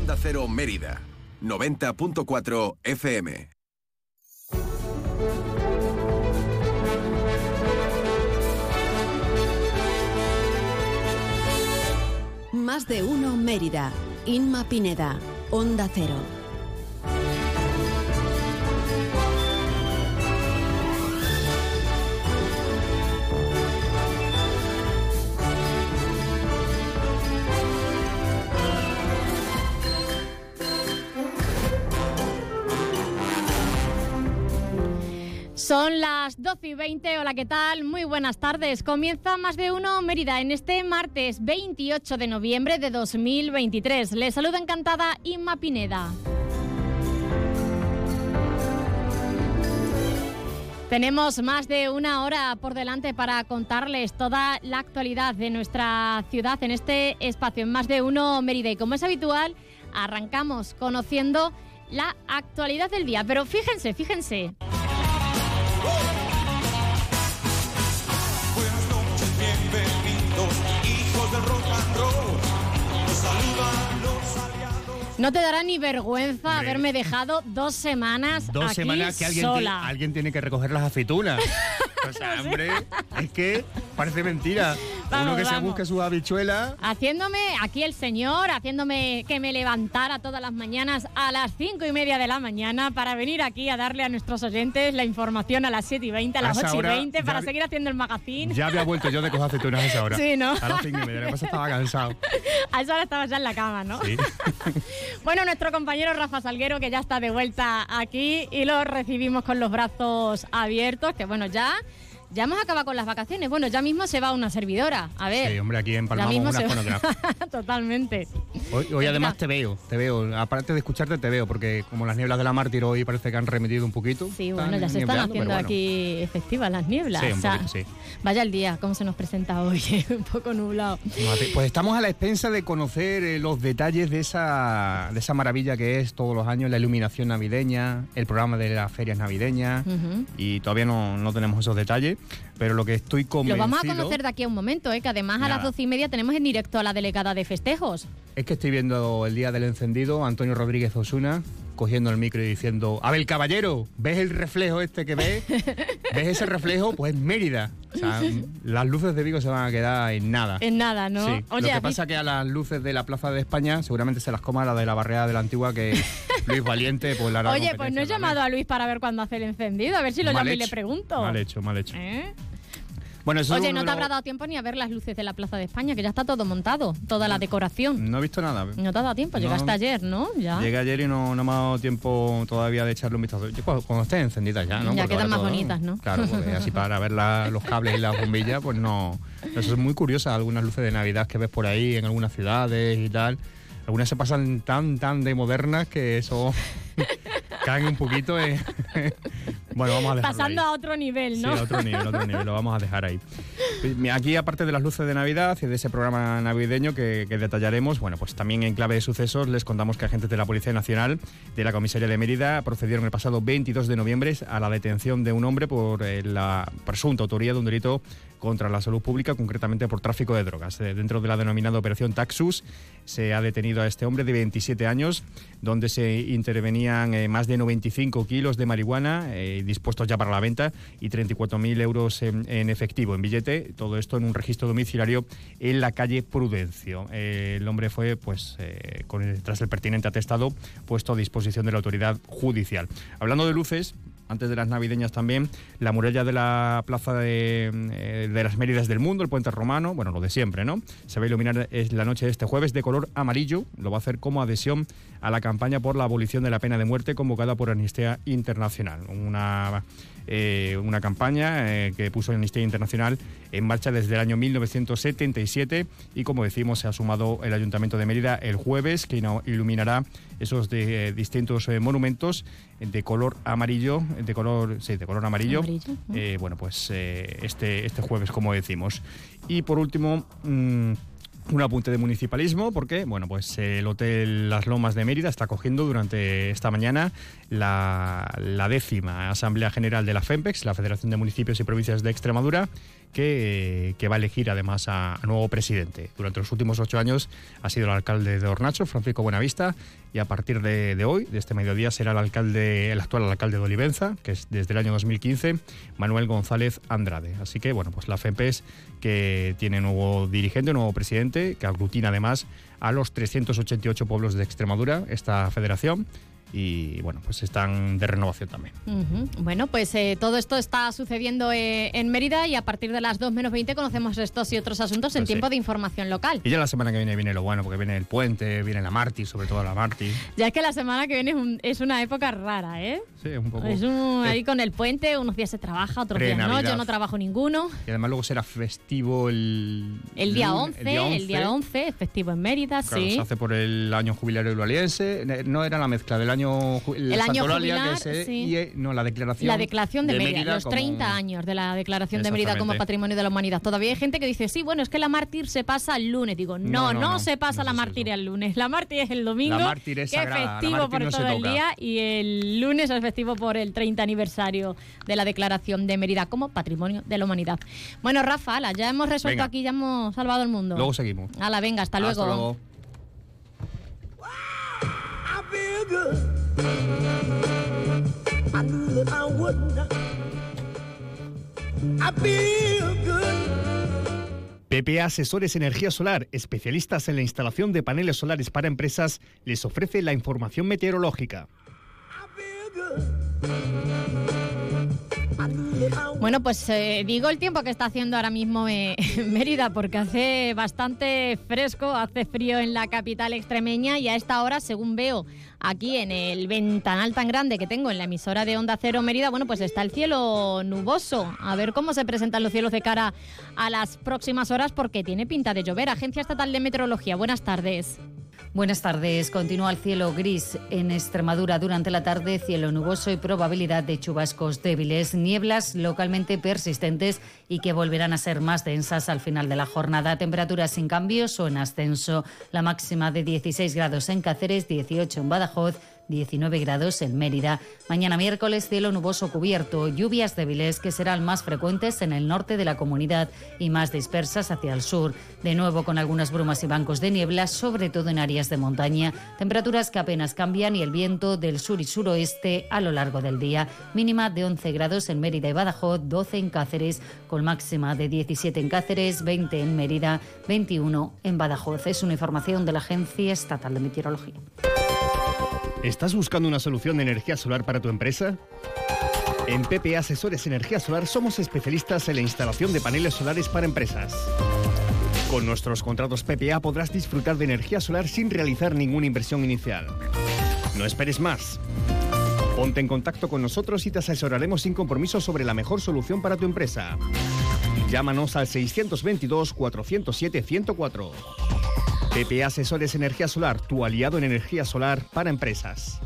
Onda Cero Mérida, 90.4 FM. Más de uno Mérida. Inma Pineda, Onda Cero. Son las 12:20, hola, ¿qué tal? Muy buenas tardes. Comienza Más de uno Mérida en este martes 28 de noviembre de 2023. Les saluda encantada Inma Pineda. Tenemos más de una hora por delante para contarles toda la actualidad de nuestra ciudad en este espacio en Más de uno Mérida. Y como es habitual, arrancamos conociendo la actualidad del día. Pero fíjense. Buenas noches, bienvenidos, hijos del rock and roll. Nos saludan los aliados. No te dará ni vergüenza haberme dejado 2 semanas Dos aquí semanas que sola. alguien tiene que recoger las aceitunas. O sea, No sé. hombre, es que parece mentira. Uno que se busque sus habichuelas. Haciéndome, aquí el señor, haciéndome que me levantara todas las mañanas a las 5:30 de la mañana para venir aquí a darle a nuestros oyentes la información a las 7:20, a las A esa hora 8:20, para ya seguir haciendo el magazine. Ya había vuelto yo de coger aceitunas a esa hora. Sí, ¿no? A las 5:30, lo que pasa estaba cansado. A esa hora estaba ya en la cama, ¿no? Sí. Bueno, nuestro compañero Rafa Salguero, que ya está de vuelta aquí y lo recibimos con los brazos abiertos, que bueno, ya hemos acabado con las vacaciones. Bueno, ya mismo se va una servidora. A ver. Sí, hombre, aquí ya empalmamos mismo unas se con va. otras. Totalmente. Hoy además te veo. Aparte de escucharte, te veo, porque como las nieblas de la Mártir hoy parece que han remitido un poquito. Sí, bueno, ya se están niebleando, haciendo pero bueno. aquí efectivas las nieblas. Sí, un poquito, sí. Vaya el día, cómo se nos presenta hoy, un poco nublado. Pues estamos a la expensa de conocer los detalles de esa maravilla que es todos los años la iluminación navideña, el programa de las ferias navideñas, y todavía no tenemos esos detalles, pero lo que estoy convencido... Lo vamos a conocer de aquí a un momento, que además a las 12:30 tenemos en directo a la delegada de festejos. Es que estoy viendo el día del encendido, Antonio Rodríguez Osuna, cogiendo el micro y diciendo: Abel Caballero, ¿ves el reflejo este que ves? ¿Ves ese reflejo? Pues Mérida. O sea, las luces de Vigo se van a quedar en nada. En nada, ¿no? Sí. Oye, lo que pasa es que a las luces de la Plaza de España seguramente se las coma la de la barriada de la Antigua, que Luis Valiente pues la hará. Oye, pues no he llamado a Luis para ver cuándo hace el encendido, a ver si lo llamo y le pregunto. Mal hecho. ¿Eh? Bueno, eso Oye, no te habrá dado tiempo ni a ver las luces de la Plaza de España, que ya está todo montado, toda la decoración. No he visto nada. No te ha dado tiempo, llegaste ayer, ¿no? Ya. Llegué ayer y no me ha dado tiempo todavía de echarle un vistazo. Yo, cuando estén encendidas ya, ¿no? Ya Porque quedan más ahora bonitas, ¿no? Claro, porque así para ver los cables y las bombillas, pues no. Eso es muy curioso, algunas luces de Navidad que ves por ahí en algunas ciudades y tal. Algunas se pasan tan de modernas que eso caen un poquito. Bueno, vamos a dejarlo pasando ahí. a otro nivel, ¿no? Sí, otro nivel, lo vamos a dejar ahí. Aquí, aparte de las luces de Navidad y de ese programa navideño que detallaremos, bueno, pues también en clave de sucesos les contamos que agentes de la Policía Nacional de la Comisaría de Mérida procedieron el pasado 22 de noviembre a la detención de un hombre por la presunta autoría de un delito contra la salud pública, concretamente por tráfico de drogas. Dentro de la denominada Operación Taxus se ha detenido a este hombre de 27 años, donde se intervenían más de 95 kilos de marihuana dispuestos ya para la venta y 34.000 euros en efectivo, en billete, todo esto en un registro domiciliario en la calle Prudencio. El hombre fue, pues, tras el pertinente atestado, puesto a disposición de la autoridad judicial. Hablando de luces, antes de las navideñas también, la muralla de la Plaza de las Méridas del Mundo, el Puente Romano, bueno, lo de siempre, ¿no? Se va a iluminar la noche de este jueves de color amarillo. Lo va a hacer como adhesión a la campaña por la abolición de la pena de muerte convocada por Amnistía Internacional. Una campaña que puso Amnistía Internacional en marcha desde el año 1977 y, como decimos, se ha sumado el Ayuntamiento de Mérida el jueves, que iluminará esos distintos monumentos de color amarillo, de color amarillo. Bueno, pues este jueves, como decimos. Y por último, un apunte de municipalismo, porque bueno, pues el Hotel Las Lomas de Mérida está acogiendo durante esta mañana la 10ª Asamblea General de la FEMPEX, la Federación de Municipios y Provincias de Extremadura, que va a elegir además a nuevo presidente. Durante los últimos 8 años ha sido el alcalde de Hornacho, Francisco Buenavista, y a partir de hoy, de este mediodía, será el actual alcalde de Olivenza, que es desde el año 2015, Manuel González Andrade. Así que, bueno, pues la FEMPE es que tiene nuevo dirigente, nuevo presidente, que aglutina además a los 388 pueblos de Extremadura, esta federación. Y bueno, pues están de renovación también. Bueno, pues todo esto está sucediendo en Mérida y a partir de las 2 menos 20 conocemos estos y otros asuntos en tiempo de información local. Y ya la semana que viene lo bueno, porque viene el puente, viene la Mártir, sobre todo la Mártir. Ya es que la semana que viene es una época rara, ¿eh? Sí, un poco. Ahí con el puente, unos días se trabaja, otros días no, yo no trabajo ninguno. Y además luego será festivo el día 11, el día 11, festivo en Mérida, claro, sí. Se hace por el año jubilario urualiense, no era la mezcla del año el año jubilar, sí. La declaración. La declaración de Mérida, los 30 años de la declaración de Mérida como Patrimonio de la Humanidad. Todavía hay gente que dice, sí, bueno, es que la Mártir se pasa el lunes. Digo, no se pasa la Mártir el lunes. La Mártir es el domingo, la Mártir es sagrada, que es festivo por todo el día, y el lunes es festivo por el 30 aniversario de la declaración de Mérida como Patrimonio de la Humanidad. Bueno, Rafa, ya hemos resuelto aquí, ya hemos salvado el mundo. Luego seguimos. Hala, venga, hasta luego. Hasta luego. I knew that I wouldn't. I feel good. PPA Asesores Energía Solar, especialistas en la instalación de paneles solares para empresas, les ofrece la información meteorológica. Bueno, pues digo el tiempo que está haciendo ahora mismo en Mérida, porque hace bastante fresco, hace frío en la capital extremeña, y a esta hora, según veo aquí en el ventanal tan grande que tengo en la emisora de Onda Cero Mérida, bueno, pues está el cielo nuboso. A ver cómo se presentan los cielos de cara a las próximas horas, porque tiene pinta de llover. Agencia Estatal de Meteorología, buenas tardes. Buenas tardes. Continúa el cielo gris en Extremadura durante la tarde, cielo nuboso y probabilidad de chubascos débiles, nieblas localmente persistentes y que volverán a ser más densas al final de la jornada. Temperaturas sin cambios o en ascenso. La máxima de 16 grados en Cáceres, 18 en Badajoz, 19 grados en Mérida. Mañana miércoles, cielo nuboso cubierto, lluvias débiles que serán más frecuentes en el norte de la comunidad y más dispersas hacia el sur. De nuevo con algunas brumas y bancos de niebla, sobre todo en áreas de montaña. Temperaturas que apenas cambian y el viento del sur y suroeste a lo largo del día. Mínima de 11 grados en Mérida y Badajoz, 12 en Cáceres, con máxima de 17 en Cáceres, 20 en Mérida, 21 en Badajoz. Es una información de la Agencia Estatal de Meteorología. ¿Estás buscando una solución de energía solar para tu empresa? En PPA Asesores Energía Solar somos especialistas en la instalación de paneles solares para empresas. Con nuestros contratos PPA podrás disfrutar de energía solar sin realizar ninguna inversión inicial. No esperes más. Ponte en contacto con nosotros y te asesoraremos sin compromiso sobre la mejor solución para tu empresa. Llámanos al 622 407 104. PPA Asesores Energía Solar, tu aliado en energía solar para empresas.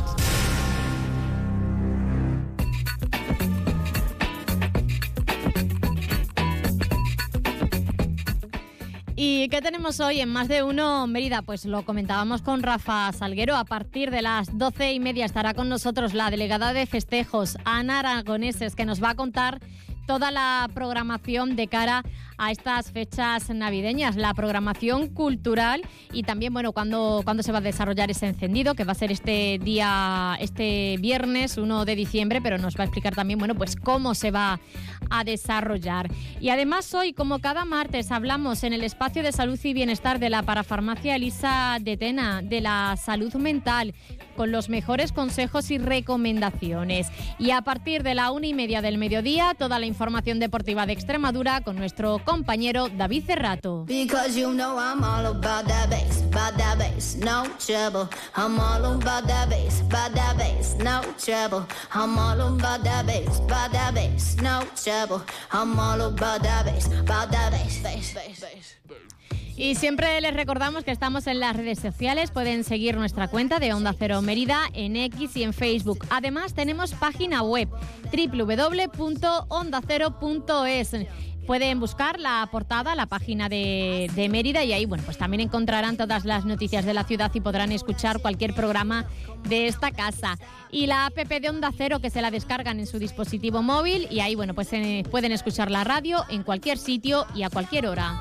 ¿Y qué tenemos hoy en Más de Uno Mérida? Pues lo comentábamos con Rafa Salguero. A partir de las 12:30 estará con nosotros la delegada de festejos, Ana Aragoneses, que nos va a contar toda la programación de cara a estas fechas navideñas, la programación cultural y también, bueno, cuándo se va a desarrollar ese encendido, que va a ser este viernes 1 de diciembre, pero nos va a explicar también, bueno, pues cómo se va a desarrollar. Y además hoy, como cada martes, hablamos en el espacio de salud y bienestar de la parafarmacia Elisa de Tena, de la salud mental, con los mejores consejos y recomendaciones. Y a partir de la 1:30 del mediodía, toda la información deportiva de Extremadura con nuestro compañero David Cerrato. Because you know I'm all about that bass, no trouble. I'm all about that bass, no trouble. I'm all about that bass, no trouble. I'm all about that bass, bass. Y siempre les recordamos que estamos en las redes sociales. Pueden seguir nuestra cuenta de Onda Cero Mérida en X y en Facebook. Además, tenemos página web www.ondacero.es. pueden buscar la portada, la página de Mérida, y ahí, bueno, pues también encontrarán todas las noticias de la ciudad y podrán escuchar cualquier programa de esta casa. Y la app de Onda Cero, que se la descargan en su dispositivo móvil, y ahí, bueno, pues pueden escuchar la radio en cualquier sitio y a cualquier hora.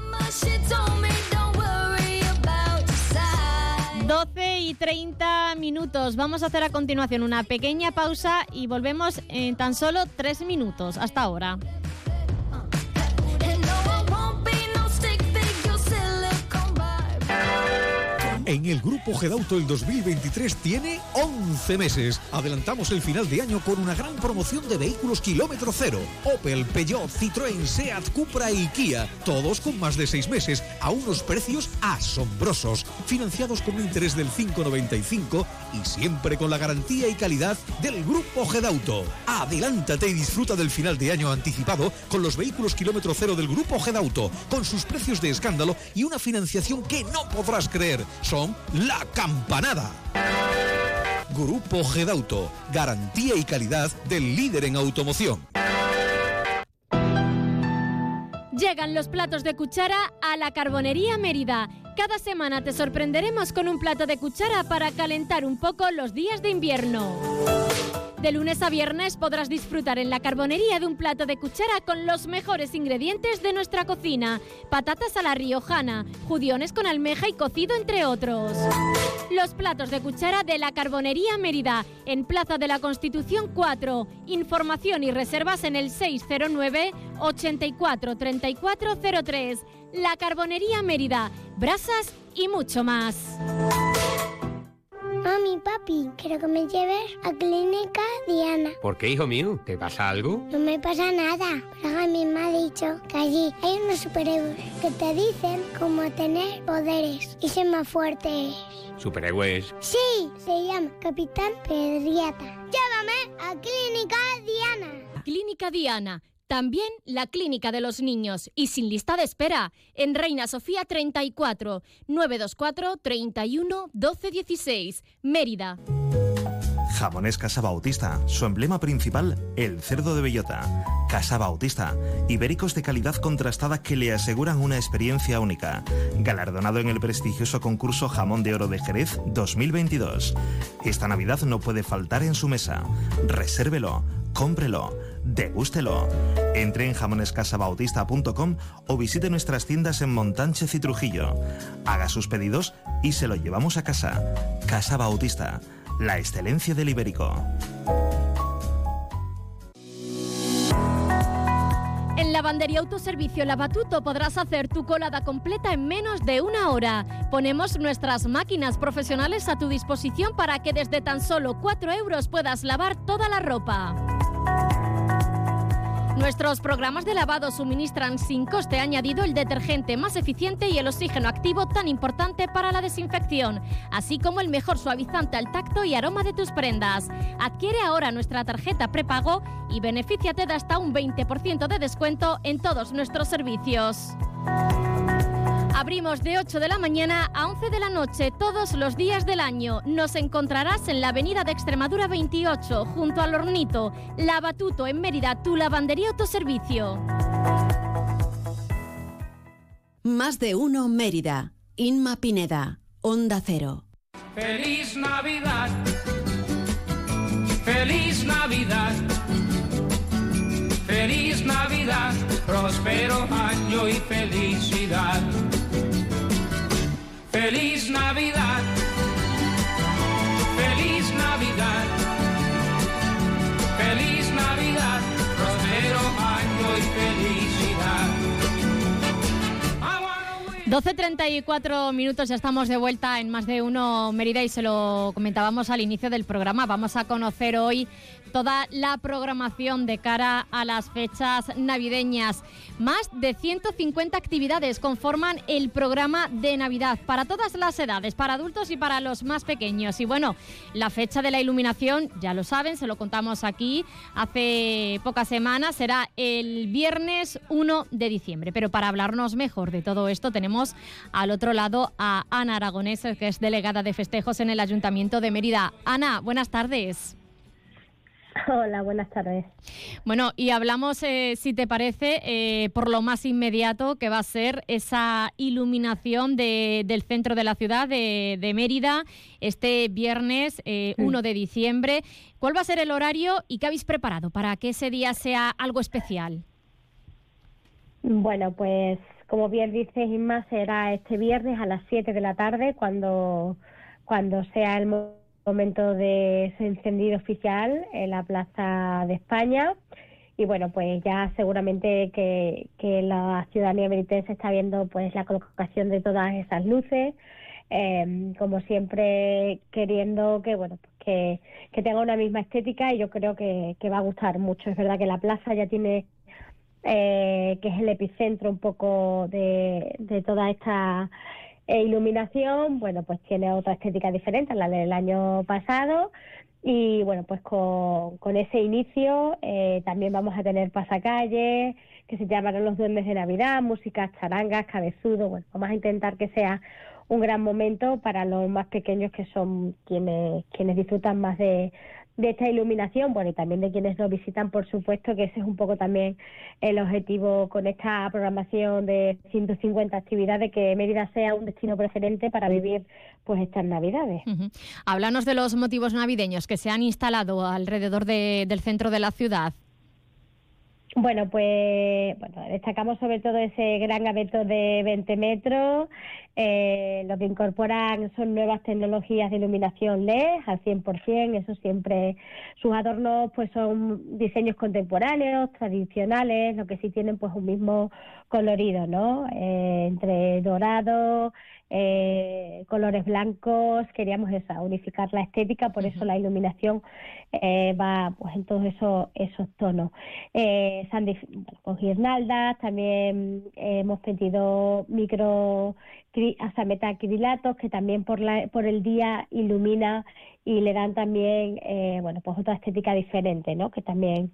12:30. Vamos a hacer a continuación una pequeña pausa y volvemos en tan solo 3 minutos. Hasta ahora. En el Grupo Gedauto el 2023 tiene 11 meses. Adelantamos el final de año con una gran promoción de vehículos kilómetro cero. Opel, Peugeot, Citroën, Seat, Cupra y Kia. Todos con más de 6 meses a unos precios asombrosos. Financiados con un interés del 5,95 y siempre con la garantía y calidad del Grupo Gedauto. Adelántate y disfruta del final de año anticipado con los vehículos kilómetro cero del Grupo Gedauto, con sus precios de escándalo y una financiación que no podrás creer. Son la campanada. Grupo Gedauto, garantía y calidad del líder en automoción. Llegan los platos de cuchara a la Carbonería Mérida. Cada semana te sorprenderemos con un plato de cuchara para calentar un poco los días de invierno. De lunes a viernes podrás disfrutar en la Carbonería de un plato de cuchara con los mejores ingredientes de nuestra cocina. Patatas a la riojana, judiones con almeja y cocido, entre otros. Los platos de cuchara de la Carbonería Mérida, en Plaza de la Constitución 4. Información y reservas en el 609 84 34 03. La Carbonería Mérida, brasas y mucho más. Mami, papi, quiero que me lleves a Clínica Diana. ¿Por qué, hijo mío? ¿Te pasa algo? No me pasa nada, pero Jaime me ha dicho que allí hay unos superhéroes que te dicen cómo tener poderes y ser más fuertes. ¿Superhéroes? Sí, se llama Capitán Pedriata. Llévame a Clínica Diana. Clínica Diana. También la Clínica de los Niños, y sin lista de espera, en Reina Sofía 34, 924 31 12 16, Mérida. Jamones Casa Bautista, su emblema principal, el cerdo de bellota. Casa Bautista, ibéricos de calidad contrastada que le aseguran una experiencia única. Galardonado en el prestigioso concurso Jamón de Oro de Jerez 2022. Esta Navidad no puede faltar en su mesa. Resérvelo, cómprelo, degústelo. Entre en jamonescasabautista.com o visite nuestras tiendas en Montánchez y Trujillo. Haga sus pedidos y se lo llevamos a casa. Casa Bautista, la excelencia del ibérico. En Lavandería Autoservicio Lavatuto podrás hacer tu colada completa en menos de 1 hora. Ponemos nuestras máquinas profesionales a tu disposición para que desde tan solo 4 euros puedas lavar toda la ropa. Nuestros programas de lavado suministran sin coste añadido el detergente más eficiente y el oxígeno activo tan importante para la desinfección, así como el mejor suavizante al tacto y aroma de tus prendas. Adquiere ahora nuestra tarjeta prepago y benefíciate de hasta un 20% de descuento en todos nuestros servicios. Abrimos de 8 de la mañana a 11 de la noche todos los días del año. Nos encontrarás en la avenida de Extremadura 28, junto al Hornito. Lavatuto en Mérida, tu lavandería autoservicio. Más de uno Mérida. Inma Pineda, Onda Cero. ¡Feliz Navidad! ¡Feliz Navidad! ¡Feliz Navidad! ¡Próspero año y felicidad! ¡Feliz Navidad! ¡Feliz Navidad! ¡Feliz Navidad! ¡Próspero año y felicidad! 12:34 minutos, ya estamos de vuelta en Más de Uno Mérida y se lo comentábamos al inicio del programa. Vamos a conocer hoy toda la programación de cara a las fechas navideñas. Más de 150 actividades conforman el programa de Navidad para todas las edades, para adultos y para los más pequeños. Y bueno, la fecha de la iluminación, ya lo saben, se lo contamos aquí hace pocas semanas, será el viernes 1 de diciembre. Pero para hablarnos mejor de todo esto tenemos al otro lado a Ana Aragonés, que es delegada de festejos en el Ayuntamiento de Mérida. Ana, buenas tardes. Hola, buenas tardes. Bueno, y hablamos, si te parece, por lo más inmediato que va a ser esa iluminación del centro de la ciudad de Mérida este viernes 1 de diciembre. ¿Cuál va a ser el horario y qué habéis preparado para que ese día sea algo especial? Bueno, pues como bien dices, Inma, será este viernes a las 7 de la tarde cuando sea el momento de ese encendido oficial en la Plaza de España. Y bueno, pues ya seguramente que la ciudadanía meritense está viendo pues la colocación de todas esas luces, como siempre queriendo que bueno pues que tenga una misma estética, y yo creo que va a gustar mucho. Es verdad que la plaza ya tiene que es el epicentro un poco de toda esta iluminación. Bueno, pues tiene otra estética diferente a la del año pasado, y bueno, pues con ese inicio también vamos a tener pasacalles que se llamarán los Duendes de Navidad, músicas, charangas, cabezudo. Bueno, vamos a intentar que sea un gran momento para los más pequeños, que son quienes disfrutan más de esta iluminación, bueno, y también de quienes nos visitan, por supuesto, que ese es un poco también el objetivo con esta programación de 150 actividades, que Mérida sea un destino preferente para vivir pues estas Navidades. Háblanos de los motivos navideños que se han instalado alrededor del centro de la ciudad. Bueno, pues destacamos sobre todo ese gran abeto de 20 metros. Lo que incorporan son nuevas tecnologías de iluminación LED al 100%. Eso siempre, sus adornos pues son diseños contemporáneos, tradicionales, lo que sí tienen pues un mismo colorido, ¿no? Entre dorado, colores blancos. Queríamos unificar la estética, por eso la iluminación va pues en todos esos tonos. Con guirnaldas, también hemos pedido hasta metacrilatos, que también por el día ilumina y le dan también pues otra estética diferente, ¿no? Que también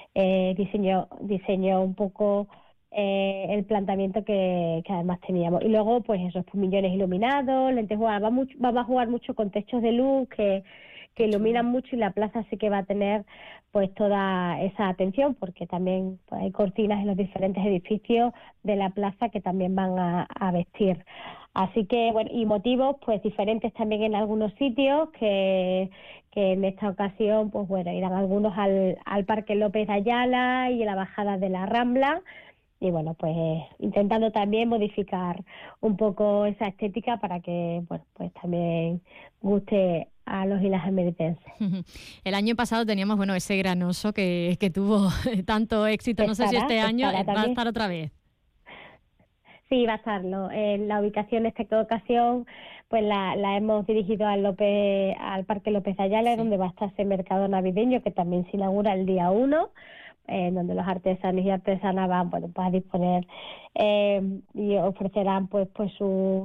diseñó un poco el planteamiento que además teníamos. Y luego pues esos pumillones iluminados, lentejuelas. Vamos a jugar mucho con techos de luz que iluminan mucho, y la plaza sí que va a tener pues toda esa atención, porque también pues, hay cortinas en los diferentes edificios de la plaza que también van a vestir. Así que, bueno, y motivos pues diferentes también en algunos sitios, que en esta ocasión pues bueno, irán algunos al Parque López de Ayala y a la bajada de la Rambla. Y bueno, pues intentando también modificar un poco esa estética para que bueno, pues también guste a los y las emeritenses. El año pasado teníamos ese granoso que tuvo tanto éxito. No sé si este año va a estar otra vez. Sí, va a estarlo. La ubicación en esta ocasión pues la hemos dirigido al Parque López de Ayala, donde va a estar ese mercado navideño que también se inaugura el día 1. Donde los artesanos y artesanas van pues a disponer y ofrecerán pues sus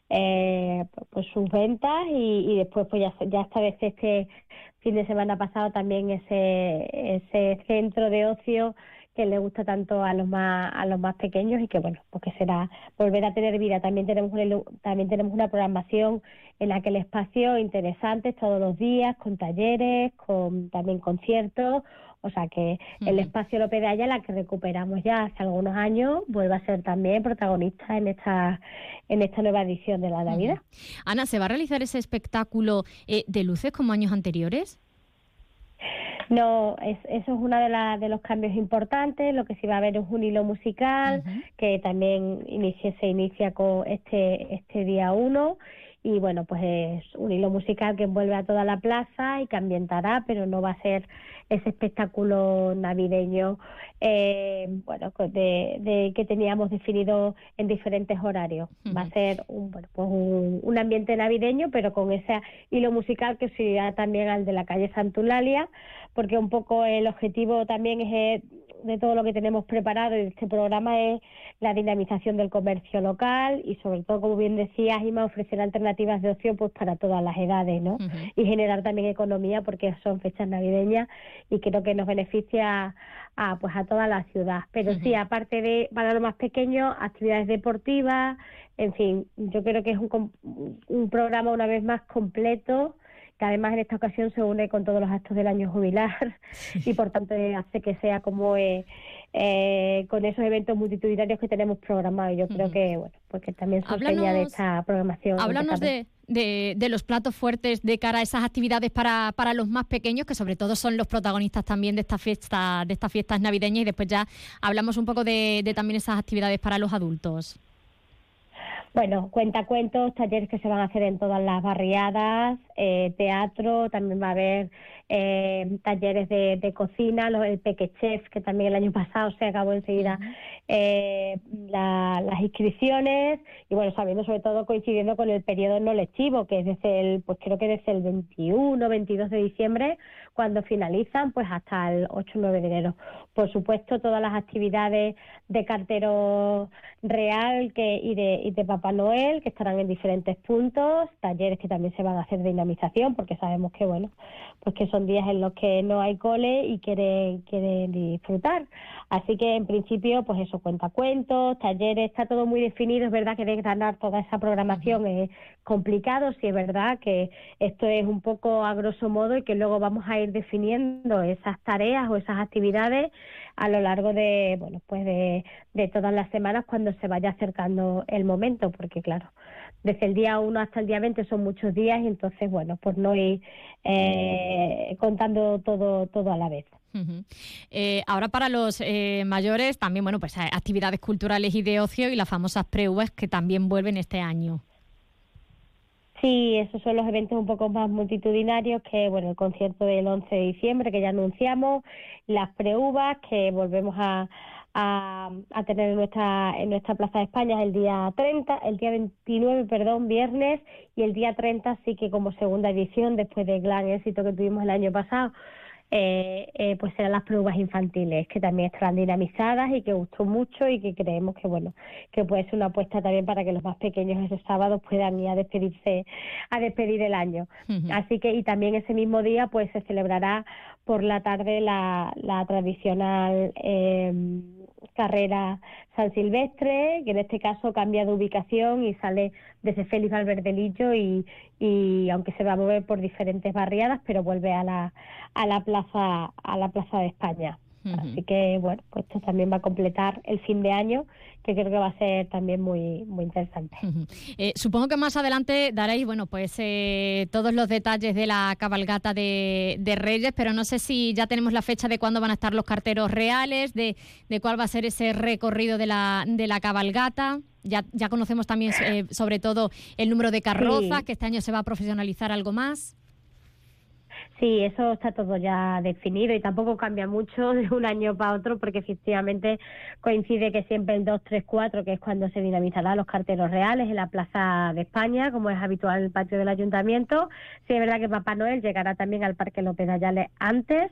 ventas, y después pues ya establece este fin de semana pasado también ese centro de ocio que le gusta tanto a los más pequeños, y que bueno, pues que será volver a tener vida. También tenemos una programación en la que el espacio interesante todos los días, con talleres, con también conciertos. O sea que el espacio López de Ayala, que recuperamos ya hace algunos años, vuelve a ser también protagonista en esta nueva edición de la Navidad. Ana, ¿se va a realizar ese espectáculo de luces como años anteriores? No, eso es uno de los cambios importantes. Lo que sí va a haber es un hilo musical, que también se inicia con este día 1. Y bueno, pues es un hilo musical que envuelve a toda la plaza y que ambientará, pero no va a ser ese espectáculo navideño que teníamos definido en diferentes horarios. Va a ser un ambiente navideño, pero con ese hilo musical que se irá también al de la calle Santa Eulalia, porque un poco el objetivo también es de todo lo que tenemos preparado, y de este programa, es la dinamización del comercio local, y sobre todo, como bien decías, Ima, ofrecer alternativas de ocio pues para todas las edades, ¿no? Y generar también economía, porque son fechas navideñas y creo que nos beneficia a toda la ciudad. Pero sí, aparte de para los más pequeños, actividades deportivas, en fin, yo creo que es un programa una vez más completo, que además en esta ocasión se une con todos los actos del año jubilar y por tanto hace que sea como con esos eventos multitudinarios que tenemos programados. Yo creo que, bueno, pues que también son seña de esta programación. Háblanos de los platos fuertes de cara a esas actividades para los más pequeños, que sobre todo son los protagonistas también de estas fiestas navideñas, y después ya hablamos un poco de también esas actividades para los adultos. Bueno, cuentacuentos, talleres que se van a hacer en todas las barriadas, teatro, también va a haber talleres de cocina, el Peque Chef, que también el año pasado se acabó enseguida las inscripciones, y bueno, sabiendo sobre todo coincidiendo con el periodo no lectivo, que es desde desde el 21, 22 de diciembre, cuando finalizan, pues hasta el 8 o 9 de enero. Por supuesto, todas las actividades de cartero real y de Papá Noel, que estarán en diferentes puntos, talleres que también se van a hacer de dinamización, porque sabemos que, bueno, pues que son días en los que no hay cole y quieren disfrutar. Así que, en principio, pues eso, cuentacuentos, talleres, está todo muy definido. Es verdad que desgranar toda esa programación es complicado, sí es verdad que esto es un poco a grosso modo y que luego vamos a ir definiendo esas tareas o esas actividades a lo largo de, bueno, pues de todas las semanas cuando se vaya acercando el momento, porque claro, desde el día 1 hasta el día 20 son muchos días y entonces, bueno, pues no ir contando todo a la vez. Uh-huh. Ahora para los mayores también, bueno, pues actividades culturales y de ocio y las famosas pre-uvas que también vuelven este año. Sí, esos son los eventos un poco más multitudinarios, que bueno, el concierto del 11 de diciembre que ya anunciamos, las pre-uvas que volvemos a tener en nuestra Plaza de España el día 29, viernes, y el día 30 sí que como segunda edición, después del gran éxito que tuvimos el año pasado, pues serán las pruebas infantiles, que también estarán dinamizadas y que gustó mucho y que creemos que bueno, que puede ser una apuesta también para que los más pequeños ese sábado puedan ir a despedir el año. Uh-huh. Así que, y también ese mismo día pues se celebrará por la tarde la tradicional carrera San Silvestre, que en este caso cambia de ubicación y sale desde Félix Valverdelillo y aunque se va a mover por diferentes barriadas, pero vuelve a la plaza de España. Uh-huh. Así que bueno, pues esto también va a completar el fin de año, que creo que va a ser también muy muy interesante. Uh-huh. Supongo que más adelante daréis, bueno, pues todos los detalles de la cabalgata de Reyes, pero no sé si ya tenemos la fecha de cuándo van a estar los carteros reales, de cuál va a ser ese recorrido de la cabalgata. Ya conocemos también sobre todo el número de carrozas, sí, que este año se va a profesionalizar algo más. Sí, eso está todo ya definido y tampoco cambia mucho de un año para otro, porque efectivamente coincide que siempre el 2, 3, 4, que es cuando se dinamizarán los carteros reales en la Plaza de España, como es habitual en el patio del Ayuntamiento. Sí, es verdad que Papá Noel llegará también al Parque López de Ayala antes,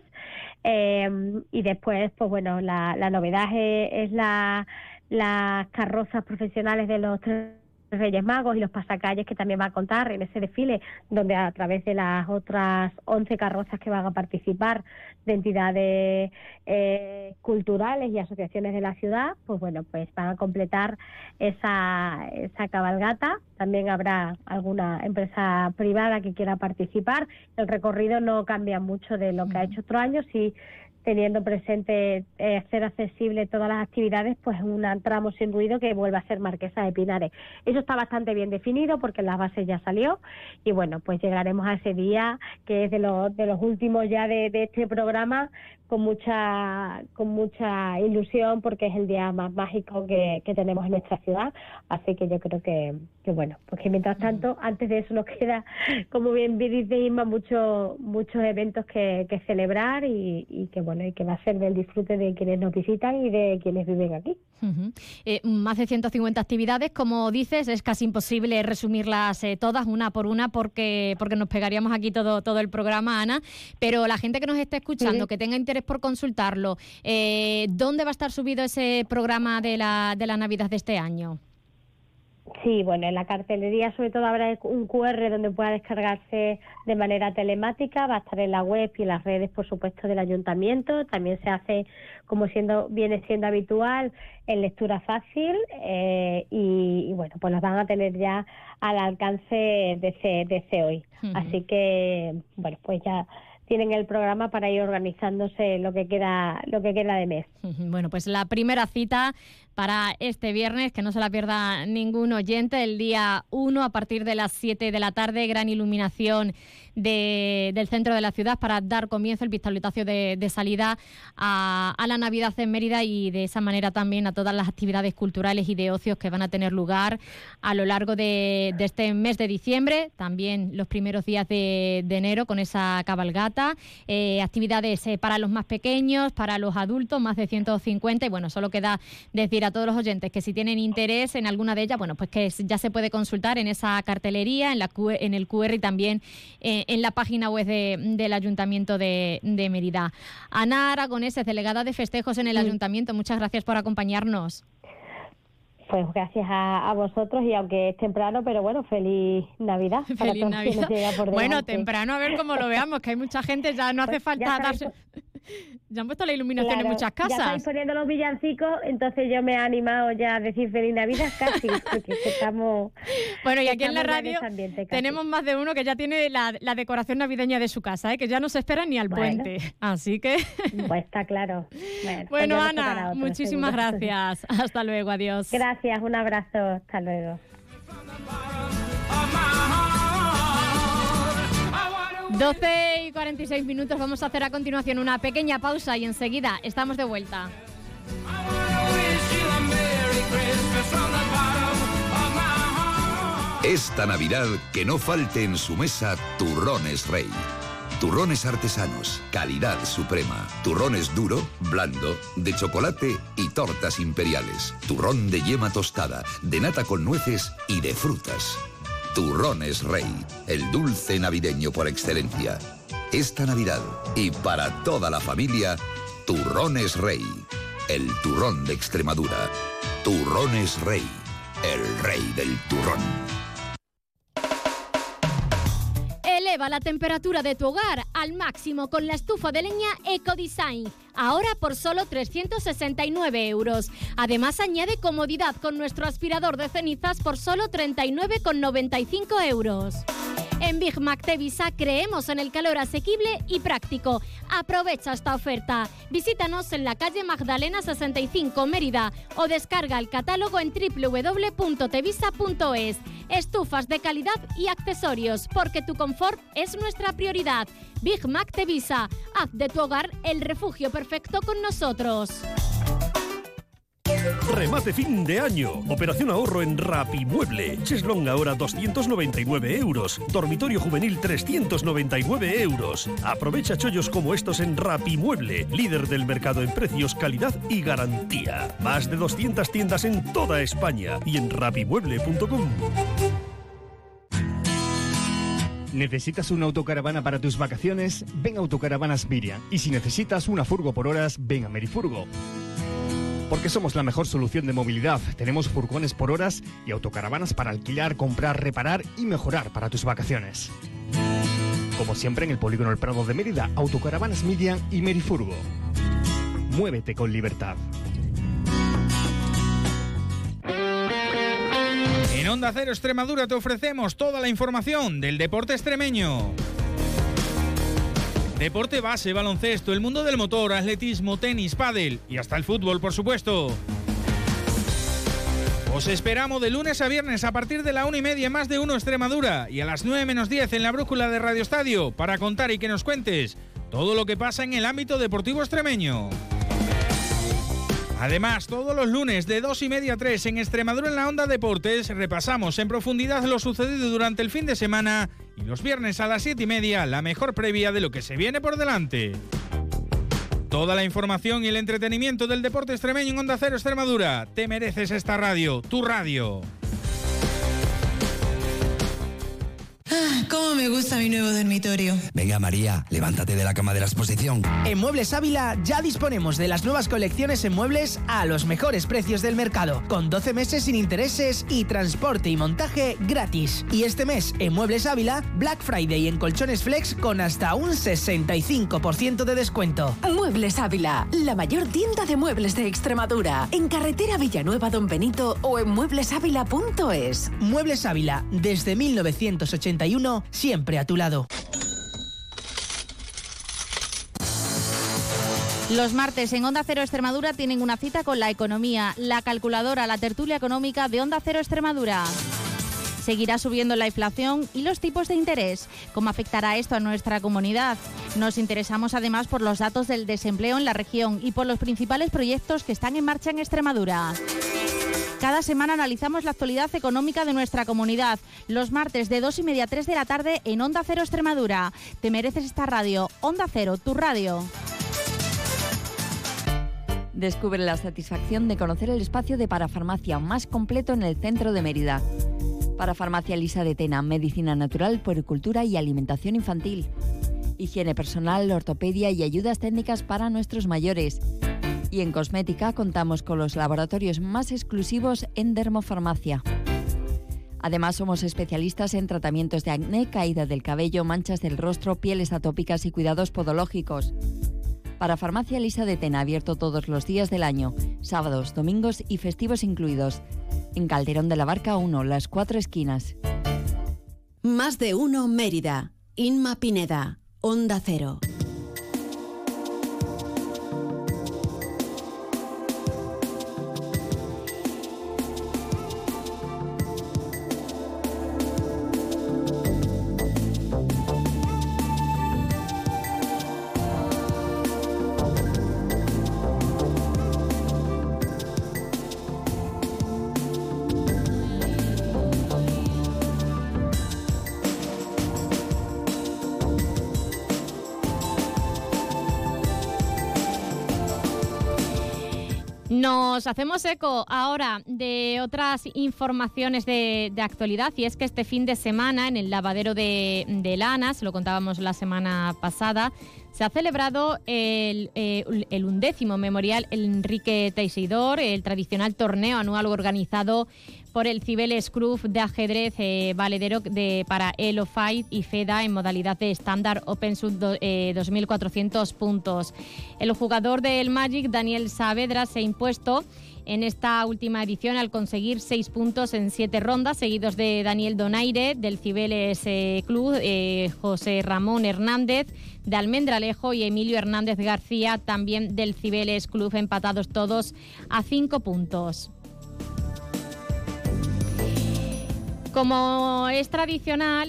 y después, pues bueno, la novedad es las carrozas profesionales de los tres Reyes Magos y los pasacalles, que también va a contar en ese desfile, donde a través de las otras 11 carrozas que van a participar de entidades culturales y asociaciones de la ciudad, pues bueno, pues van a completar esa cabalgata. También habrá alguna empresa privada que quiera participar. El recorrido no cambia mucho de lo que ha hecho otros años, y teniendo presente hacer accesible todas las actividades, pues un tramo sin ruido que vuelva a ser Marquesa de Pinares. Eso está bastante bien definido porque en las bases ya salió, y bueno, pues llegaremos a ese día que es de los últimos ya de este programa, con mucha ilusión, porque es el día más mágico que tenemos en nuestra ciudad. Así que yo creo que bueno, pues que mientras tanto, antes de eso nos queda, como bien dice Inma, muchos eventos que celebrar y que bueno, y que va a ser del disfrute de quienes nos visitan y de quienes viven aquí. Uh-huh. Más de 150 actividades, como dices, es casi imposible resumirlas todas una por una porque nos pegaríamos aquí todo el programa, Ana, pero la gente que nos esté escuchando, que tenga interés por consultarlo, ¿dónde va a estar subido ese programa de la Navidad de este año? Sí, bueno, en la cartelería sobre todo habrá un QR donde pueda descargarse de manera telemática, va a estar en la web y en las redes, por supuesto, del Ayuntamiento. También se hace, como viene siendo habitual, en lectura fácil y bueno, pues las van a tener ya al alcance desde hoy. Así que, bueno, pues ya tienen el programa para ir organizándose lo que queda de mes. Bueno, pues la primera cita para este viernes, que no se la pierda ningún oyente, el día 1 a partir de las 7 de la tarde, gran iluminación del centro de la ciudad para dar comienzo el pistoletazo de salida a la Navidad en Mérida y de esa manera también a todas las actividades culturales y de ocios que van a tener lugar a lo largo de este mes de diciembre, también los primeros días de enero con esa cabalgata, actividades para los más pequeños, para los adultos, más de 150 y bueno, solo queda decir a todos los oyentes que si tienen interés en alguna de ellas, bueno, pues que ya se puede consultar en esa cartelería, en el QR y también en la página web del Ayuntamiento de Mérida. Ana Aragoneses, delegada de festejos en el Ayuntamiento, muchas gracias por acompañarnos. Pues gracias a vosotros y aunque es temprano, pero bueno, feliz Navidad. Feliz Navidad. Bueno, temprano, a ver cómo lo veamos, que hay mucha gente, ya no hace falta darse... Ya han puesto la iluminación en muchas casas. Ya estáis poniendo los villancicos, entonces yo me he animado ya a decir feliz Navidad casi, porque estamos... Bueno, y aquí en la radio tenemos más de uno que ya tiene la decoración navideña de su casa, que ya no se espera ni al puente. Así que... Pues está claro. Bueno, pues Ana, muchísimas gracias. Hasta luego, adiós. Gracias, un abrazo. Hasta luego. 12:46, vamos a hacer a continuación una pequeña pausa y enseguida estamos de vuelta. Esta Navidad que no falte en su mesa Turrones Rey. Turrones artesanos, calidad suprema. Turrones duro, blando, de chocolate y tortas imperiales. Turrón de yema tostada, de nata con nueces y de frutas. Turrones Rey, el dulce navideño por excelencia. Esta Navidad y para toda la familia, Turrones Rey, el turrón de Extremadura. Turrones Rey, el rey del turrón. Eleva la temperatura de tu hogar al máximo con la estufa de leña Ecodesign. Ahora por solo 369 euros. Además añade comodidad con nuestro aspirador de cenizas por solo 39,95 euros. En Big Mac Tevisa creemos en el calor asequible y práctico. Aprovecha esta oferta. Visítanos en la calle Magdalena 65, Mérida, o descarga el catálogo en www.tevisa.es. Estufas de calidad y accesorios, porque tu confort es nuestra prioridad. Big Mac Tevisa. Haz de tu hogar el refugio perfecto con nosotros. Remate fin de año. Operación ahorro en Rapimueble. Cheslong ahora 299 euros. Dormitorio juvenil 399 euros. Aprovecha chollos como estos en Rapimueble, líder del mercado en precios, calidad y garantía. Más de 200 tiendas en toda España y en rapimueble.com. ¿Necesitas una autocaravana para tus vacaciones? Ven a Autocaravanas Miriam. Y si necesitas una furgo por horas, ven a Merifurgo. Porque somos la mejor solución de movilidad. Tenemos furgones por horas y autocaravanas para alquilar, comprar, reparar y mejorar para tus vacaciones. Como siempre en el Polígono El Prado de Mérida, Autocaravanas Miriam y Merifurgo. Muévete con libertad. En Onda Cero Extremadura te ofrecemos toda la información del deporte extremeño. Deporte base, baloncesto, el mundo del motor, atletismo, tenis, pádel y hasta el fútbol, por supuesto. Os esperamos de lunes a viernes a partir de la 1:30 en Más de Uno Extremadura y a las 9 menos 10 en la brújula de Radio Estadio para contar y que nos cuentes todo lo que pasa en el ámbito deportivo extremeño. Además, todos los lunes de 2:30 a 3 en Extremadura en la Onda Deportes repasamos en profundidad lo sucedido durante el fin de semana y los viernes a las 7:30 la mejor previa de lo que se viene por delante. Toda la información y el entretenimiento del deporte extremeño en Onda Cero Extremadura. Te mereces esta radio, tu radio. Cómo me gusta mi nuevo dormitorio. Venga, María, levántate de la cama de la exposición. En Muebles Ávila ya disponemos de las nuevas colecciones en muebles a los mejores precios del mercado, con 12 meses sin intereses y transporte y montaje gratis. Y este mes en Muebles Ávila, Black Friday en colchones Flex con hasta un 65% de descuento. Muebles Ávila, la mayor tienda de muebles de Extremadura, en carretera Villanueva Don Benito o en mueblesávila.es. Muebles Ávila, desde 1981, siempre a tu lado. Los martes en Onda Cero Extremadura tienen una cita con la economía, la calculadora, la tertulia económica de Onda Cero Extremadura. Seguirá subiendo la inflación y los tipos de interés. ¿Cómo afectará esto a nuestra comunidad? Nos interesamos además por los datos del desempleo en la región y por los principales proyectos que están en marcha en Extremadura. Cada semana analizamos la actualidad económica de nuestra comunidad. Los martes de 2:30 a 3 de la tarde en Onda Cero Extremadura. Te mereces esta radio. Onda Cero, tu radio. Descubre la satisfacción de conocer el espacio de parafarmacia más completo en el centro de Mérida. Parafarmacia Lisa de Tena, medicina natural, puericultura y alimentación infantil. Higiene personal, ortopedia y ayudas técnicas para nuestros mayores. Y en cosmética contamos con los laboratorios más exclusivos en dermofarmacia. Además, somos especialistas en tratamientos de acné, caída del cabello, manchas del rostro, pieles atópicas y cuidados podológicos. Parafarmacia Lisa de Tena, abierto todos los días del año, sábados, domingos y festivos incluidos. En Calderón de la Barca 1, Las Cuatro Esquinas. Más de uno Mérida. Inma Pineda, Onda Cero. Nos hacemos eco ahora de otras informaciones de actualidad, y es que este fin de semana en el lavadero de Lanas, lo contábamos la semana pasada, se ha celebrado el 11º Memorial Enrique Teixidor, el tradicional torneo anual organizado por el Cibeles Club de ajedrez valedero para Elo Fight y FEDA en modalidad de estándar Open Sub 2.400 puntos. El jugador del Magic, Daniel Saavedra, se ha impuesto en esta última edición al conseguir 6 puntos en 7 rondas, seguidos de Daniel Donaire del Cibeles Club, José Ramón Hernández de Almendralejo y Emilio Hernández García, también del Cibeles Club, empatados todos a 5 puntos. Como es tradicional,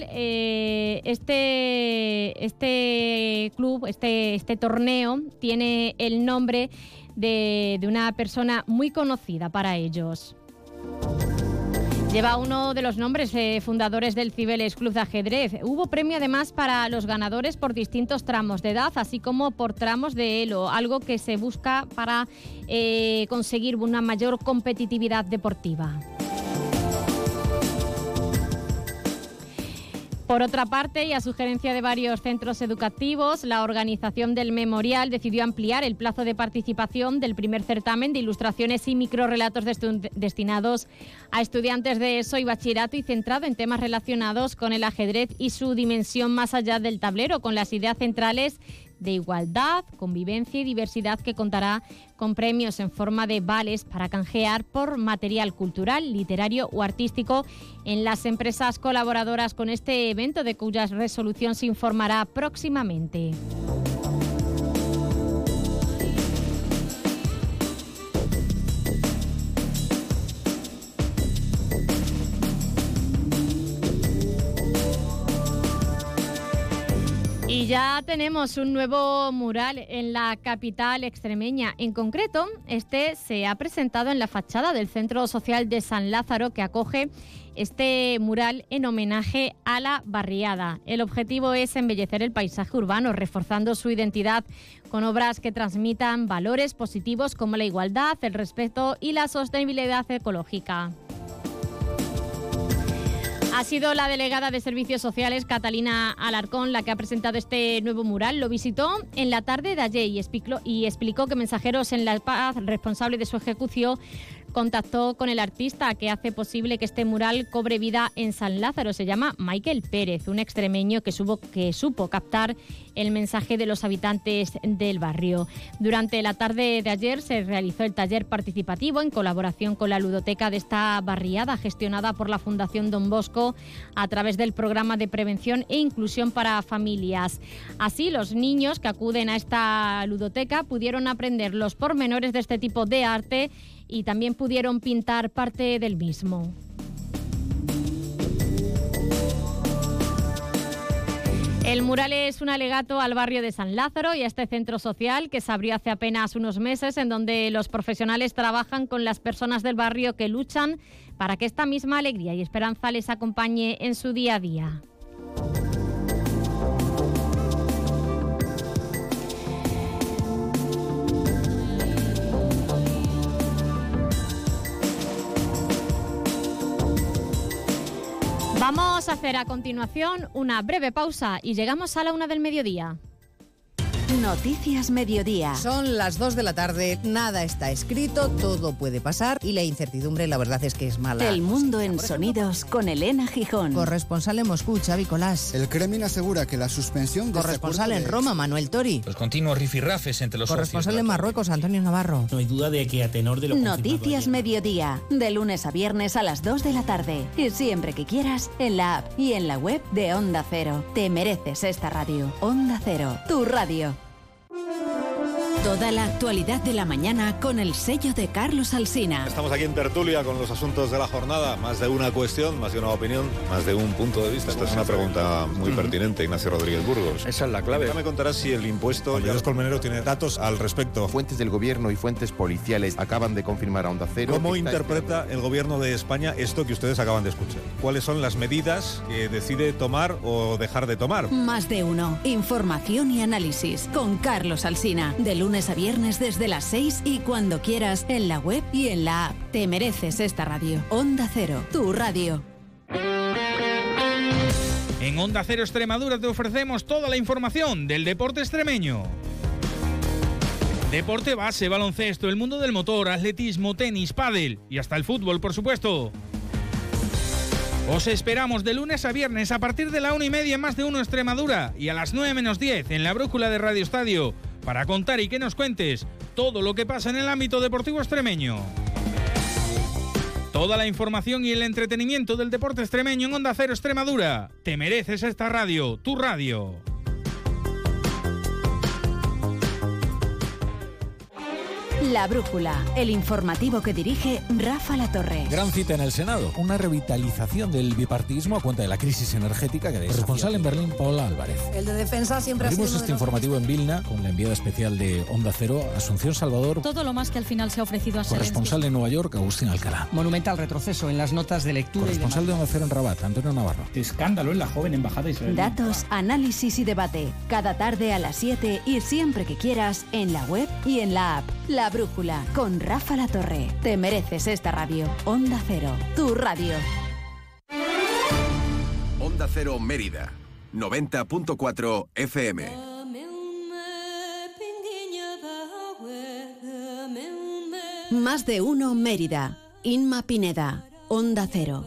este club, este torneo, tiene el nombre de una persona muy conocida para ellos. Lleva uno de los nombres fundadores del Cibeles Club de ajedrez. Hubo premio además para los ganadores por distintos tramos de edad, así como por tramos de elo, algo que se busca para conseguir una mayor competitividad deportiva. Por otra parte, y a sugerencia de varios centros educativos, la organización del memorial decidió ampliar el plazo de participación del primer certamen de ilustraciones y microrrelatos destinados a estudiantes de ESO y bachillerato y centrado en temas relacionados con el ajedrez y su dimensión más allá del tablero, con las ideas centrales de igualdad, convivencia y diversidad, que contará con premios en forma de vales para canjear por material cultural, literario o artístico en las empresas colaboradoras con este evento, de cuya resolución se informará próximamente. Y ya tenemos un nuevo mural en la capital extremeña. En concreto, este se ha presentado en la fachada del Centro Social de San Lázaro, que acoge este mural en homenaje a la barriada. El objetivo es embellecer el paisaje urbano, reforzando su identidad con obras que transmitan valores positivos como la igualdad, el respeto y la sostenibilidad ecológica. Ha sido la delegada de Servicios Sociales, Catalina Alarcón, la que ha presentado este nuevo mural. Lo visitó en la tarde de ayer y explicó que Mensajeros en la Paz, responsable de su ejecución, contactó con el artista que hace posible que este mural cobre vida en San Lázaro. Se llama Michael Pérez, un extremeño que supo captar el mensaje de los habitantes del barrio. Durante la tarde de ayer se realizó el taller participativo en colaboración con la ludoteca de esta barriada, gestionada por la Fundación Don Bosco a través del programa de prevención e inclusión para familias. Así, los niños que acuden a esta ludoteca pudieron aprender los pormenores de este tipo de arte y también pudieron pintar parte del mismo. El mural es un alegato al barrio de San Lázaro y a este centro social que se abrió hace apenas unos meses, en donde los profesionales trabajan con las personas del barrio que luchan para que esta misma alegría y esperanza les acompañe en su día a día. Vamos a hacer a continuación una breve pausa y llegamos a la 1 del mediodía. Noticias Mediodía. Son las 2 de la tarde, nada está escrito, todo puede pasar y la incertidumbre la verdad es que es mala. El mundo en sonidos con Elena Gijón. Corresponsal en Moscú, Xavi Colás. El Kremlin asegura que la suspensión de Corresponsal en Roma, Manuel Tori. Los continuos rifirrafes entre los Corresponsal en Marruecos, Antonio Navarro. No hay duda de que a tenor de lo Noticias Mediodía, de lunes a viernes a las 2 de la tarde. Y siempre que quieras, en la app y en la web de Onda Cero. Te mereces esta radio. Onda Cero, tu radio. Toda la actualidad de la mañana con el sello de Carlos Alsina. Estamos aquí en tertulia con los asuntos de la jornada. Más de una cuestión, más de una opinión, más de un punto de vista. Esta es una pregunta muy pertinente, Ignacio Rodríguez Burgos. Esa es la clave. Ya me contarás si el impuesto... Olleros Colmenero tiene datos al respecto. Fuentes del gobierno y fuentes policiales acaban de confirmar a Onda Cero. ¿Cómo interpreta el gobierno de España esto que ustedes acaban de escuchar? ¿Cuáles son las medidas que decide tomar o dejar de tomar? Más de uno. Información y análisis con Carlos Alsina. De lunes a viernes desde las 6 y cuando quieras en la web y en la app. Te mereces esta radio. Onda Cero, tu radio. En Onda Cero Extremadura te ofrecemos toda la información del deporte extremeño. Deporte base, baloncesto, el mundo del motor, atletismo, tenis, pádel y hasta el fútbol, por supuesto. Os esperamos de lunes a viernes a partir de la 1:30 en Más de Uno Extremadura y a las 9 menos 10 en la brújula de Radio Estadio para contar y que nos cuentes todo lo que pasa en el ámbito deportivo extremeño. Toda la información y el entretenimiento del deporte extremeño en Onda Cero Extremadura. Te mereces esta radio, tu radio. La Brújula, el informativo que dirige Rafa Latorre. Gran cita en el Senado, una revitalización del bipartidismo a cuenta de la crisis energética que desafía. Responsable en Berlín, Paola Álvarez. El de defensa siempre ha sido... Abrimos este informativo en Vilna con la enviada especial de Onda Cero, Asunción Salvador. Todo lo más que al final se ha ofrecido a Zelensky. Corresponsal en Nueva York, Agustín Alcalá. Monumental retroceso en las notas de lectura. Corresponsal de Onda Cero en Rabat, Antonio Navarro. Escándalo en la joven embajada israelí. Datos, análisis y debate. Cada tarde a las 7 y siempre que quieras en la web y en la app. La Brújula con Rafa Latorre. Te mereces esta radio. Onda Cero, tu radio. Onda Cero Mérida, 90.4 FM. Más de uno Mérida. Inma Pineda. Onda Cero.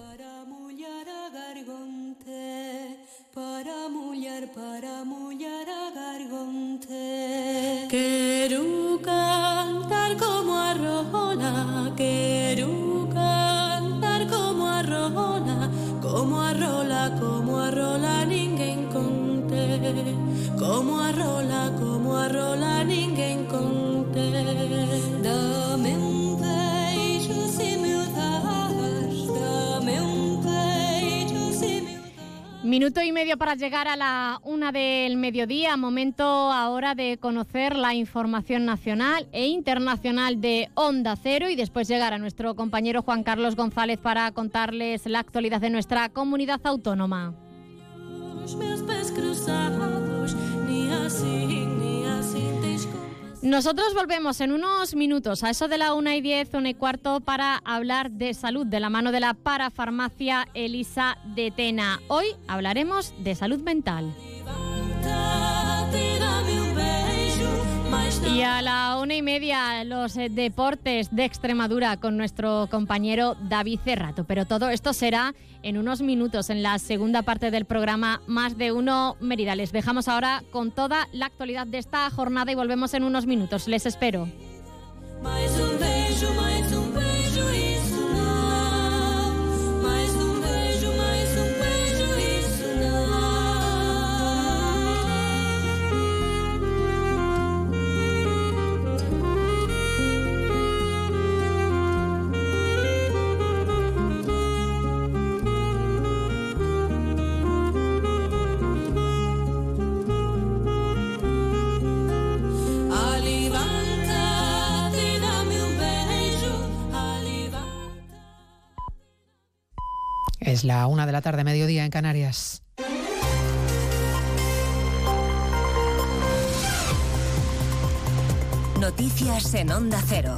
Quiero cantar como arrola, quiero cantar como arrola, como arrola ninguén conté, como arrola ninguén conté. Dame un beijo si me das, dame un beijo si me das. Minuto y medio para llegar a la 1 del mediodía, momento ahora de conocer la información nacional e internacional de Onda Cero y después llegar a nuestro compañero Juan Carlos González para contarles la actualidad de nuestra comunidad autónoma. Nosotros volvemos en unos minutos, a eso de la 1:10, 1:15, para hablar de salud de la mano de la parafarmacia Elisa de Tena. Hoy hablaremos de salud mental. Y a la 1:30, los deportes de Extremadura con nuestro compañero David Cerrato. Pero todo esto será en unos minutos, en la segunda parte del programa Más de Uno Mérida. Les dejamos ahora con toda la actualidad de esta jornada y volvemos en unos minutos. Les espero. Es la 1 p.m, mediodía en Canarias. Noticias en Onda Cero.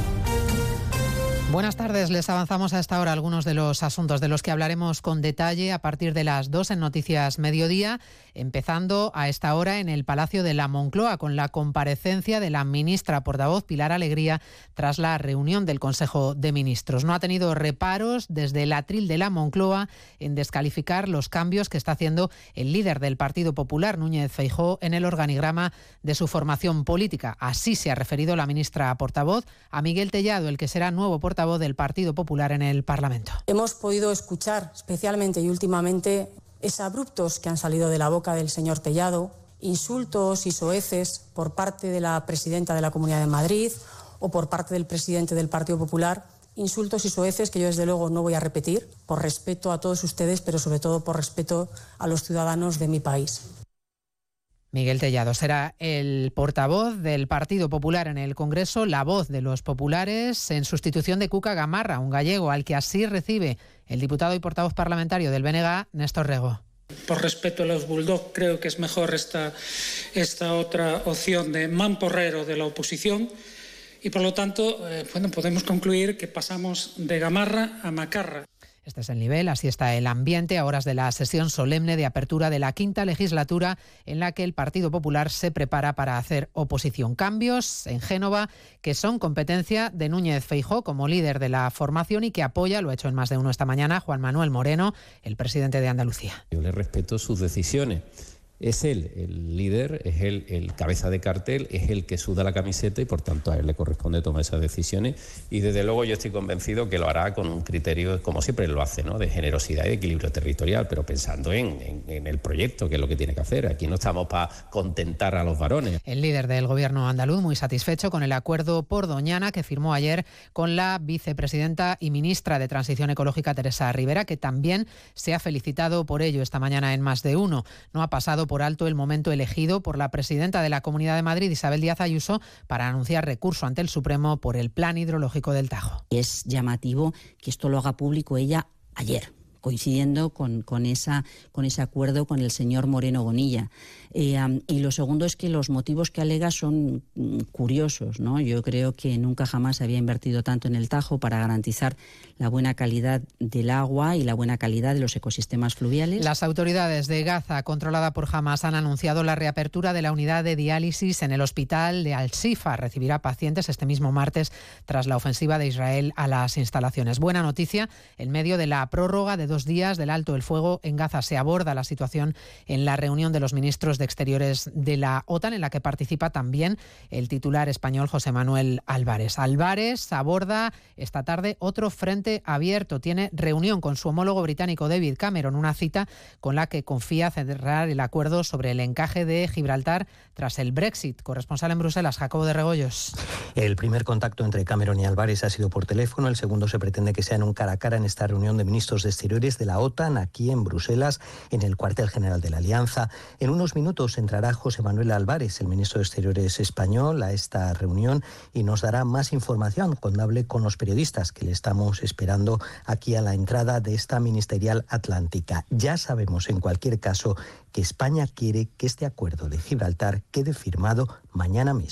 Buenas tardes, les avanzamos a esta hora algunos de los asuntos de los que hablaremos con detalle a partir de las 2 en Noticias Mediodía, empezando a esta hora en el Palacio de la Moncloa con la comparecencia de la ministra portavoz Pilar Alegría tras la reunión del Consejo de Ministros. No ha tenido reparos desde el atril de la Moncloa en descalificar los cambios que está haciendo el líder del Partido Popular, Núñez Feijóo, en el organigrama de su formación política. Así se ha referido la ministra portavoz a Miguel Tellado, el que será nuevo portavoz del Partido Popular en el Parlamento. Hemos podido escuchar especialmente y últimamente exabruptos que han salido de la boca del señor Tellado, insultos y soeces por parte de la presidenta de la Comunidad de Madrid o por parte del presidente del Partido Popular, insultos y soeces que yo desde luego no voy a repetir, por respeto a todos ustedes, pero sobre todo por respeto a los ciudadanos de mi país. Miguel Tellado será el portavoz del Partido Popular en el Congreso, la voz de los populares, en sustitución de Cuca Gamarra, un gallego al que así recibe el diputado y portavoz parlamentario del BNG, Néstor Rego. Por respeto a los Bulldog, creo que es mejor esta otra opción de mamporrero de la oposición y, por lo tanto, podemos concluir que pasamos de Gamarra a Macarra. Este es el nivel, así está el ambiente a horas de la sesión solemne de apertura de la 5ª legislatura en la que el Partido Popular se prepara para hacer oposición. Cambios en Génova que son competencia de Núñez Feijóo como líder de la formación y que apoya, lo ha hecho en Más de Uno esta mañana, Juan Manuel Moreno, el presidente de Andalucía. Yo le respeto sus decisiones. Es él el líder, es él el cabeza de cartel, es él que suda la camiseta y por tanto a él le corresponde tomar esas decisiones y desde luego yo estoy convencido que lo hará con un criterio, como siempre lo hace, ¿no?, de generosidad y de equilibrio territorial, pero pensando en el proyecto, que es lo que tiene que hacer. Aquí no estamos para contentar a los varones. El líder del gobierno andaluz muy satisfecho con el acuerdo por Doñana que firmó ayer con la vicepresidenta y ministra de Transición Ecológica, Teresa Rivera, que también se ha felicitado por ello esta mañana en Más de Uno. No ha pasado por alto el momento elegido por la presidenta de la Comunidad de Madrid, Isabel Díaz Ayuso, para anunciar recurso ante el Supremo por el plan hidrológico del Tajo. Es llamativo que esto lo haga público ella ayer, coincidiendo con ese acuerdo con el señor Moreno Bonilla. Y lo segundo es que los motivos que alega son curiosos, ¿no? Yo creo que nunca jamás se había invertido tanto en el Tajo para garantizar la buena calidad del agua y la buena calidad de los ecosistemas fluviales. Las autoridades de Gaza, controlada por Hamas, han anunciado la reapertura de la unidad de diálisis en el hospital de Al-Shifa. Recibirá pacientes este mismo martes tras la ofensiva de Israel a las instalaciones. Buena noticia, en medio de la prórroga de 2 días del alto el fuego en Gaza se aborda la situación en la reunión de los ministros de Exteriores de la OTAN, en la que participa también el titular español José Manuel Álvarez. Álvarez aborda esta tarde otro frente abierto. Tiene reunión con su homólogo británico David Cameron, una cita con la que confía cerrar el acuerdo sobre el encaje de Gibraltar tras el Brexit. Corresponsal en Bruselas, Jacobo de Regoyos. El primer contacto entre Cameron y Álvarez ha sido por teléfono. El segundo se pretende que sea en un cara a cara en esta reunión de ministros de Exteriores de la OTAN aquí en Bruselas, en el cuartel general de la Alianza. En unos minutos entrará José Manuel Álvarez, el ministro de Exteriores español, a esta reunión y nos dará más información cuando hable con los periodistas que le estamos esperando aquí a la entrada de esta ministerial atlántica. Ya sabemos en cualquier caso que España quiere que este acuerdo de Gibraltar quede firmado mañana mismo.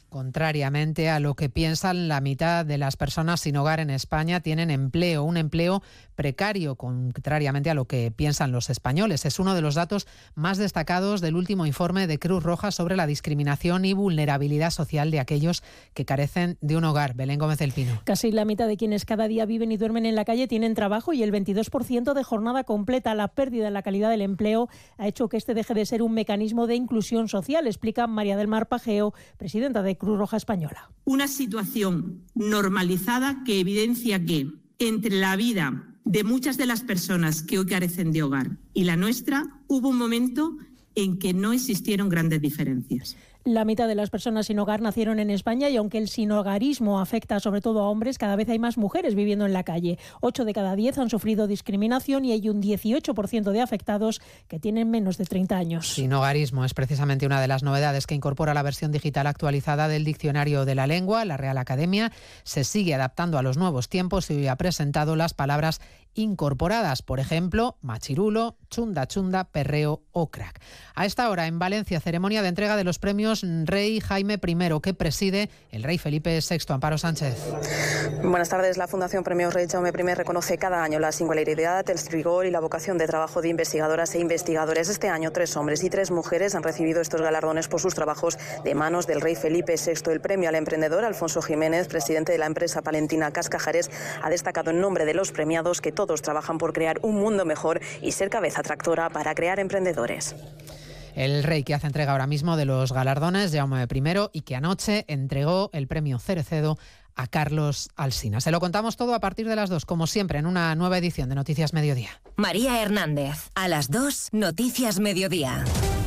Contrariamente a lo que piensan, la mitad de las personas sin hogar en España tienen empleo, un empleo precario, contrariamente a lo que piensan los españoles. Es uno de los datos más destacados del último informe de Cruz Roja sobre la discriminación y vulnerabilidad social de aquellos que carecen de un hogar. Belén Gómez del Pino. Casi la mitad de quienes cada día viven y duermen en la calle tienen trabajo y el 22% de jornada completa. La pérdida en la calidad del empleo ha hecho que este deje de ser un mecanismo de inclusión social, explica María del Mar Pajeo, presidenta de Cruz Roja Española. Una situación normalizada que evidencia que entre la vida de muchas de las personas que hoy carecen de hogar y la nuestra, hubo un momento en que no existieron grandes diferencias. La mitad de las personas sin hogar nacieron en España y aunque el sinhogarismo afecta sobre todo a hombres, cada vez hay más mujeres viviendo en la calle. 8 de cada 10 han sufrido discriminación y hay un 18% de afectados que tienen menos de 30 años. Sinhogarismo es precisamente una de las novedades que incorpora la versión digital actualizada del Diccionario de la Lengua. La Real Academia se sigue adaptando a los nuevos tiempos y hoy ha presentado las palabras incorporadas, por ejemplo, machirulo, chunda chunda, perreo o crack. A esta hora en Valencia, ceremonia de entrega de los premios Rey Jaime I que preside el rey Felipe VI. Amparo Sánchez. Buenas tardes. La Fundación Premios Rey Jaume I reconoce cada año la singularidad, el rigor y la vocación de trabajo de investigadoras e investigadores. Este año 3 hombres y 3 mujeres han recibido estos galardones por sus trabajos de manos del rey Felipe VI. El premio al emprendedor Alfonso Jiménez, presidente de la empresa palentina Cascajares, ha destacado en nombre de los premiados que todos trabajan por crear un mundo mejor y ser cabeza tractora para crear emprendedores. El rey que hace entrega ahora mismo de los galardones, Jaume I, y que anoche entregó el premio Cerecedo a Carlos Alsina. Se lo contamos todo a partir de las 2, como siempre, en una nueva edición de Noticias Mediodía. María Hernández, a las 2, Noticias Mediodía.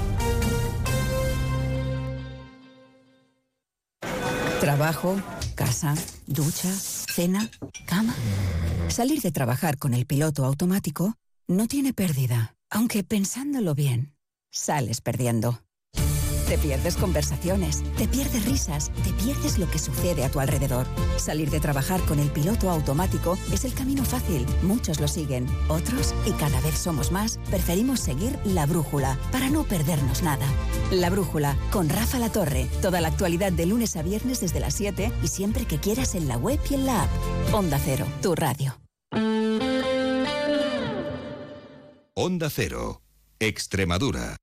Trabajo, casa, ducha, cena, cama. Salir de trabajar con el piloto automático no tiene pérdida, aunque pensándolo bien, sales perdiendo. Te pierdes conversaciones, te pierdes risas, te pierdes lo que sucede a tu alrededor. Salir de trabajar con el piloto automático es el camino fácil. Muchos lo siguen, otros, y cada vez somos más, preferimos seguir La Brújula para no perdernos nada. La Brújula, con Rafa Latorre. Toda la actualidad de lunes a viernes desde las 7 y siempre que quieras en la web y en la app. Onda Cero, tu radio. Onda Cero, Extremadura.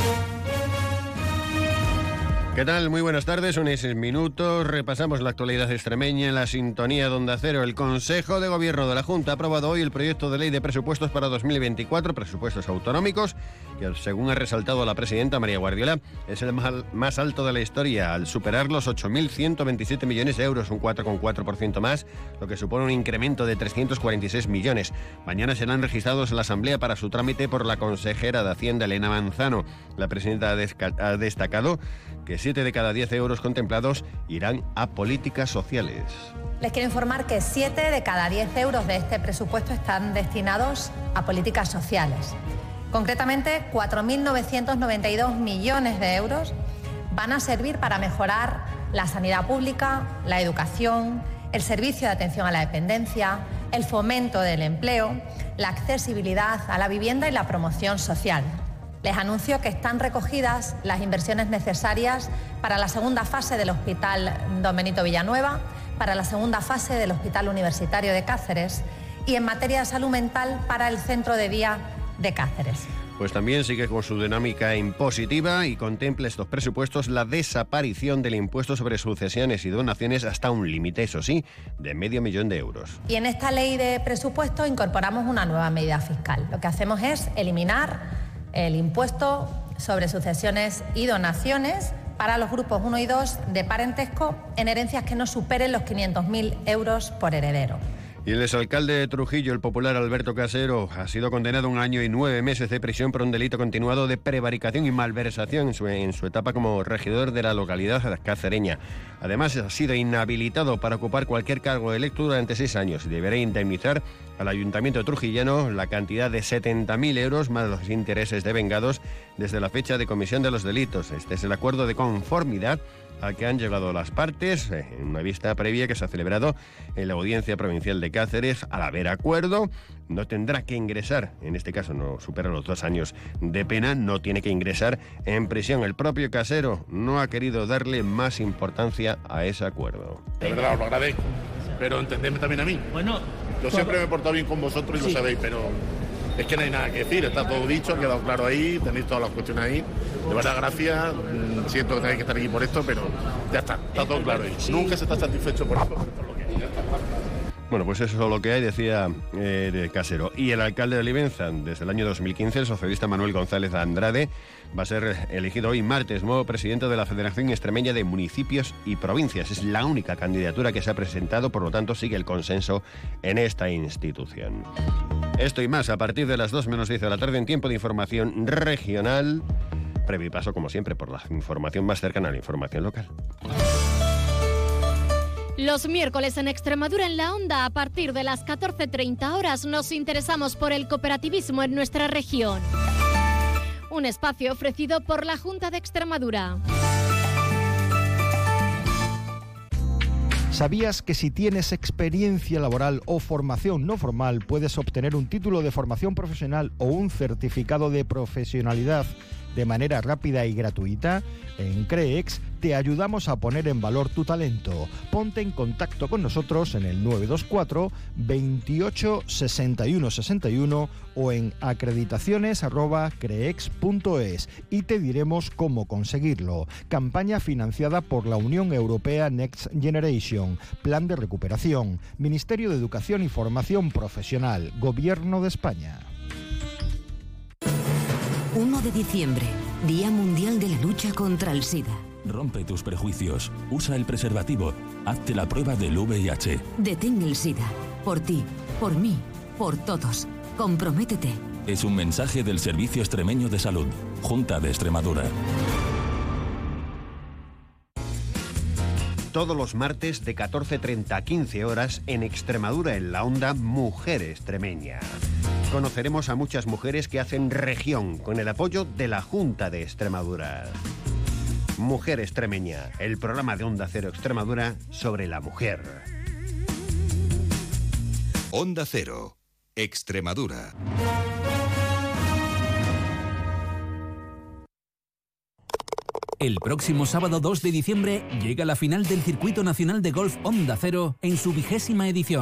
¿Qué tal? Muy buenas tardes, son 6 minutos. Repasamos la actualidad extremeña en la sintonía de Onda Cero. El Consejo de Gobierno de la Junta ha aprobado hoy el proyecto de ley de presupuestos para 2024, presupuestos autonómicos, que según ha resaltado la presidenta María Guardiola, es el más alto de la historia, al superar los 8.127 millones de euros, un 4,4% más, lo que supone un incremento de 346 millones. Mañana serán registrados en la Asamblea para su trámite por la consejera de Hacienda, Elena Manzano. La presidenta ha destacado que 7 de cada 10 euros contemplados irán a políticas sociales. Les quiero informar que 7 de cada 10 euros de este presupuesto están destinados a políticas sociales. Concretamente, 4.992 millones de euros van a servir para mejorar la sanidad pública, la educación, el servicio de atención a la dependencia, el fomento del empleo, la accesibilidad a la vivienda y la promoción social. Les anuncio que están recogidas las inversiones necesarias para la segunda fase del Hospital Don Benito Villanueva, para la segunda fase del Hospital Universitario de Cáceres y en materia de salud mental para el Centro de Día de Cáceres. Pues también sigue con su dinámica impositiva y contempla estos presupuestos la desaparición del impuesto sobre sucesiones y donaciones hasta un límite, eso sí, de $500.000 euros. Y en esta ley de presupuestos incorporamos una nueva medida fiscal. Lo que hacemos es eliminar el impuesto sobre sucesiones y donaciones para los grupos 1 y 2 de parentesco en herencias que no superen los 500.000 euros por heredero. Y el exalcalde de Trujillo, el popular Alberto Casero, ha sido condenado a 1 año y 9 meses de prisión por un delito continuado de prevaricación y malversación en su etapa como regidor de la localidad cacereña. Además, ha sido inhabilitado para ocupar cualquier cargo electo durante 6 años y deberá indemnizar al Ayuntamiento trujillano la cantidad de 70.000 euros más los intereses devengados desde la fecha de comisión de los delitos. Este es el acuerdo de conformidad al que han llegado las partes en una vista previa que se ha celebrado en la Audiencia Provincial de Cáceres. Al haber acuerdo, no tendrá que ingresar, en este caso no supera los 2 años de pena, no tiene que ingresar en prisión. El propio casero no ha querido darle más importancia a ese acuerdo. De verdad os lo agradezco, pero entendedme también a mí. Bueno, yo siempre me he portado bien con vosotros y lo sabéis, pero es que no hay nada que decir, está todo dicho, ha quedado claro ahí, tenéis todas las cuestiones ahí. De verdad, gracias, siento que tengáis que estar aquí por esto, pero ya está todo claro ahí. Nunca se está satisfecho por esto, pero por lo que hay, ya está. Bueno, pues eso es lo que hay, decía de Casero. Y el alcalde de Olivenza, desde el año 2015, el socialista Manuel González Andrade, va a ser elegido hoy martes nuevo presidente de la Federación Extremeña de Municipios y Provincias. Es la única candidatura que se ha presentado, por lo tanto sigue el consenso en esta institución. Esto y más a partir de las 2 menos 10 de la tarde en tiempo de información regional. Previo paso, como siempre, por la información más cercana a la información local. Los miércoles en Extremadura en la Onda, a partir de las 14:30 horas, nos interesamos por el cooperativismo en nuestra región. Un espacio ofrecido por la Junta de Extremadura. ¿Sabías que si tienes experiencia laboral o formación no formal, puedes obtener un título de formación profesional o un certificado de profesionalidad de manera rápida y gratuita? En CREEX te ayudamos a poner en valor tu talento. Ponte en contacto con nosotros en el 924 28 61 61 o en acreditaciones@creex.es y te diremos cómo conseguirlo. Campaña financiada por la Unión Europea Next Generation, Plan de Recuperación, Ministerio de Educación y Formación Profesional, Gobierno de España. 1 de diciembre, Día Mundial de la Lucha contra el SIDA. Rompe tus prejuicios, usa el preservativo, hazte la prueba del VIH. Detén el SIDA. Por ti, por mí, por todos. Comprométete. Es un mensaje del Servicio Extremeño de Salud, Junta de Extremadura. Todos los martes de 14:30 a 15 horas en Extremadura en la Onda, Mujer Extremeña. Conoceremos a muchas mujeres que hacen región con el apoyo de la Junta de Extremadura. Mujer Extremeña, el programa de Onda Cero Extremadura sobre la mujer. Onda Cero, Extremadura. El próximo sábado 2 de diciembre llega la final del Circuito Nacional de Golf Onda Cero en su 20ª edición.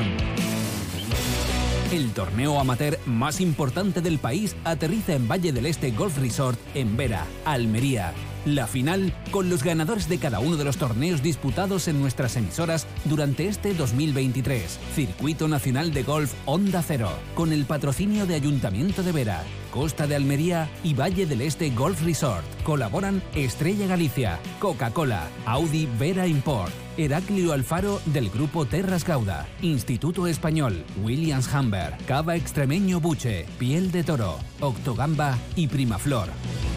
El torneo amateur más importante del país aterriza en Valle del Este Golf Resort en Vera, Almería. La final con los ganadores de cada uno de los torneos disputados en nuestras emisoras durante este 2023. Circuito Nacional de Golf Onda Cero, con el patrocinio de Ayuntamiento de Vera, Costa de Almería y Valle del Este Golf Resort. Colaboran Estrella Galicia, Coca-Cola, Audi Vera Import, Heraclio Alfaro del Grupo Terras Gauda, Instituto Español, Williams Humber, Cava Extremeño Buche, Piel de Toro, Octogamba y Primaflor.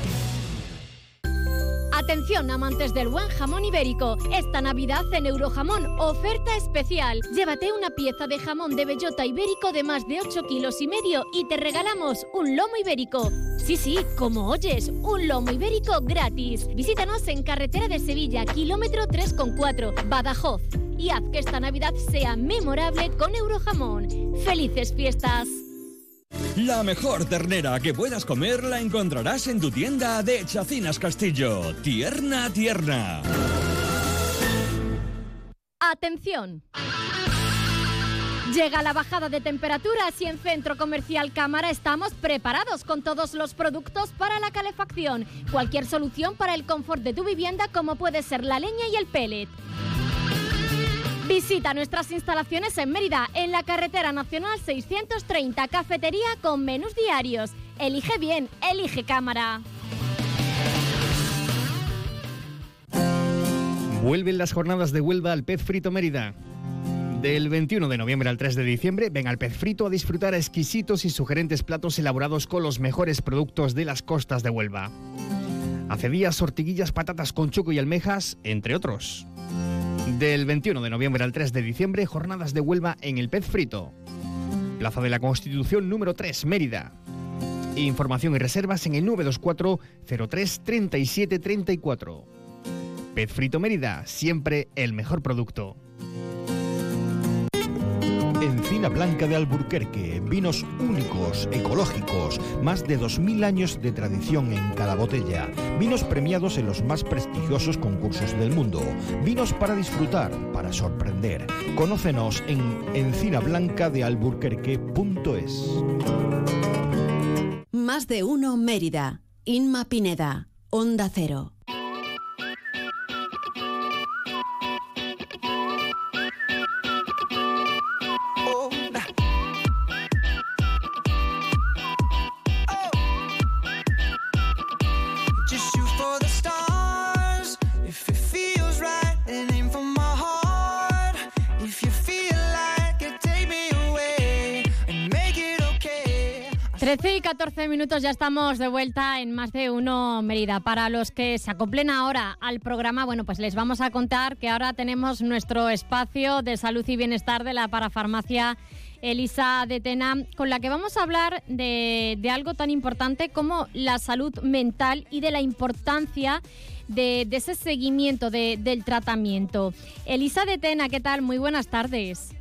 Atención, amantes del buen jamón ibérico. Esta Navidad en Eurojamón, oferta especial. Llévate una pieza de jamón de bellota ibérico de más de 8,5 kilos y te regalamos un lomo ibérico. Sí, como oyes, un lomo ibérico gratis. Visítanos en Carretera de Sevilla, kilómetro 3,4, Badajoz. Y haz que esta Navidad sea memorable con Eurojamón. ¡Felices fiestas! La mejor ternera que puedas comer la encontrarás en tu tienda de Chacinas Castillo. Tierna, tierna. ¡Atención! Llega la bajada de temperaturas y en Centro Comercial Cámara estamos preparados con todos los productos para la calefacción. Cualquier solución para el confort de tu vivienda, como puede ser la leña y el pellet. Visita nuestras instalaciones en Mérida, en la Carretera Nacional 630, cafetería con menús diarios. Elige bien, elige Cámara. Vuelven las jornadas de Huelva al Pez Frito Mérida. Del 21 de noviembre al 3 de diciembre, ven al Pez Frito a disfrutar exquisitos y sugerentes platos elaborados con los mejores productos de las costas de Huelva. Acedías, ortiguillas, patatas con chuco y almejas, entre otros. Del 21 de noviembre al 3 de diciembre, jornadas de Huelva en el Pez Frito. Plaza de la Constitución número 3, Mérida. Información y reservas en el 924 03 37 34. Pez Frito Mérida, siempre el mejor producto. Encina Blanca de Alburquerque, vinos únicos, ecológicos, más de 2000 años de tradición en cada botella, vinos premiados en los más prestigiosos concursos del mundo, vinos para disfrutar, para sorprender. Conócenos en encinablancadealburquerque.es. Más de uno Mérida. Inma Pineda, Onda Cero. Y 14 minutos, ya estamos de vuelta en Más de Uno Mérida. Para los que se acoplen ahora al programa, bueno, pues les vamos a contar que ahora tenemos nuestro espacio de salud y bienestar de la parafarmacia Elisa de Tena, con la que vamos a hablar de algo tan importante como la salud mental y de la importancia de ese seguimiento del tratamiento. Elisa de Tena, ¿qué tal? Muy buenas tardes.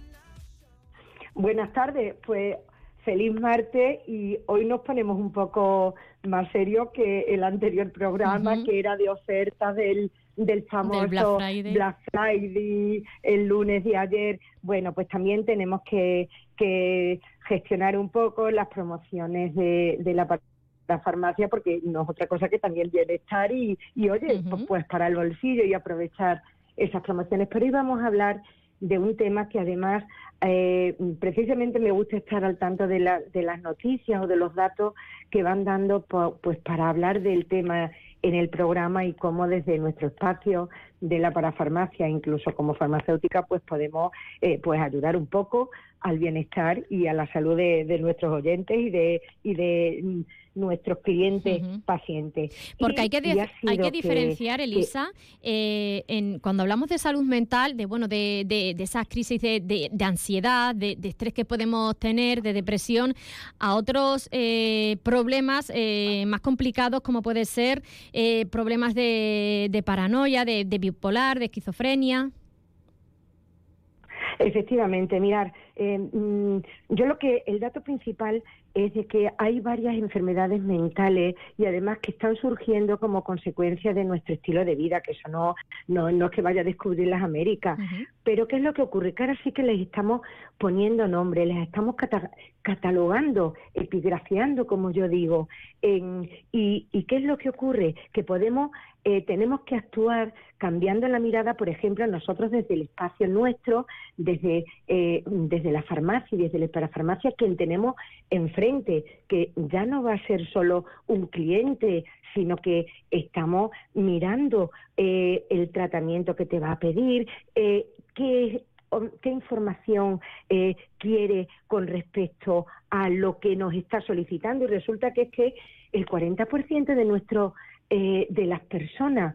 Buenas tardes, pues feliz martes, y hoy nos ponemos un poco más serio que el anterior programa, que era de ofertas del famoso Black Friday, el lunes de ayer. Bueno, pues también tenemos que gestionar un poco las promociones de la farmacia, porque no es otra cosa que también bienestar y oye, pues para el bolsillo y aprovechar esas promociones. Pero hoy vamos a hablar de un tema que además precisamente me gusta estar al tanto de las noticias o de los datos que van dando pues para hablar del tema en el programa, y cómo desde nuestro espacio de la parafarmacia, incluso como farmacéutica, pues podemos pues ayudar un poco al bienestar y a la salud de nuestros oyentes y de nuestros clientes pacientes. Porque hay que diferenciar, Elisa, cuando hablamos de salud mental, de esas crisis de ansiedad, de estrés que podemos tener, de depresión, a otros problemas más complicados, como puede ser problemas de paranoia, de bipolar, de esquizofrenia. Efectivamente, mirar, el dato principal es de que hay varias enfermedades mentales y además que están surgiendo como consecuencia de nuestro estilo de vida, que eso no es que vaya a descubrir las Américas. Pero ¿qué es lo que ocurre? Que ahora sí que les estamos poniendo nombre, les estamos catalogando, epigrafiando, como yo digo. ¿Y qué es lo que ocurre? Que tenemos que actuar cambiando la mirada, por ejemplo, nosotros desde el espacio nuestro, desde la farmacia y desde la parafarmacia, quien tenemos enfrente, que ya no va a ser solo un cliente, sino que estamos mirando el tratamiento que te va a pedir, qué información quiere con respecto a lo que nos está solicitando, y resulta que es que el 40% de las personas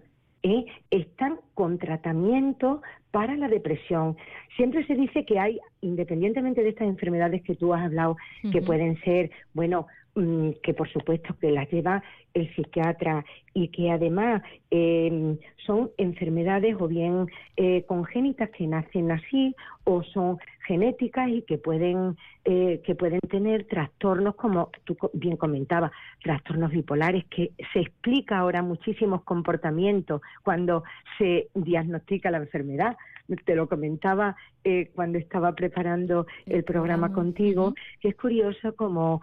están con tratamiento para la depresión. Siempre se dice que hay, independientemente de estas enfermedades que tú has hablado, que pueden ser, que por supuesto que las lleva el psiquiatra, y que además son enfermedades o bien congénitas que nacen así, o son genéticas y que pueden tener trastornos, como tú bien comentabas, trastornos bipolares, que se explica ahora muchísimos comportamientos cuando se diagnostica la enfermedad. Te lo comentaba cuando estaba preparando el programa contigo, que es curioso como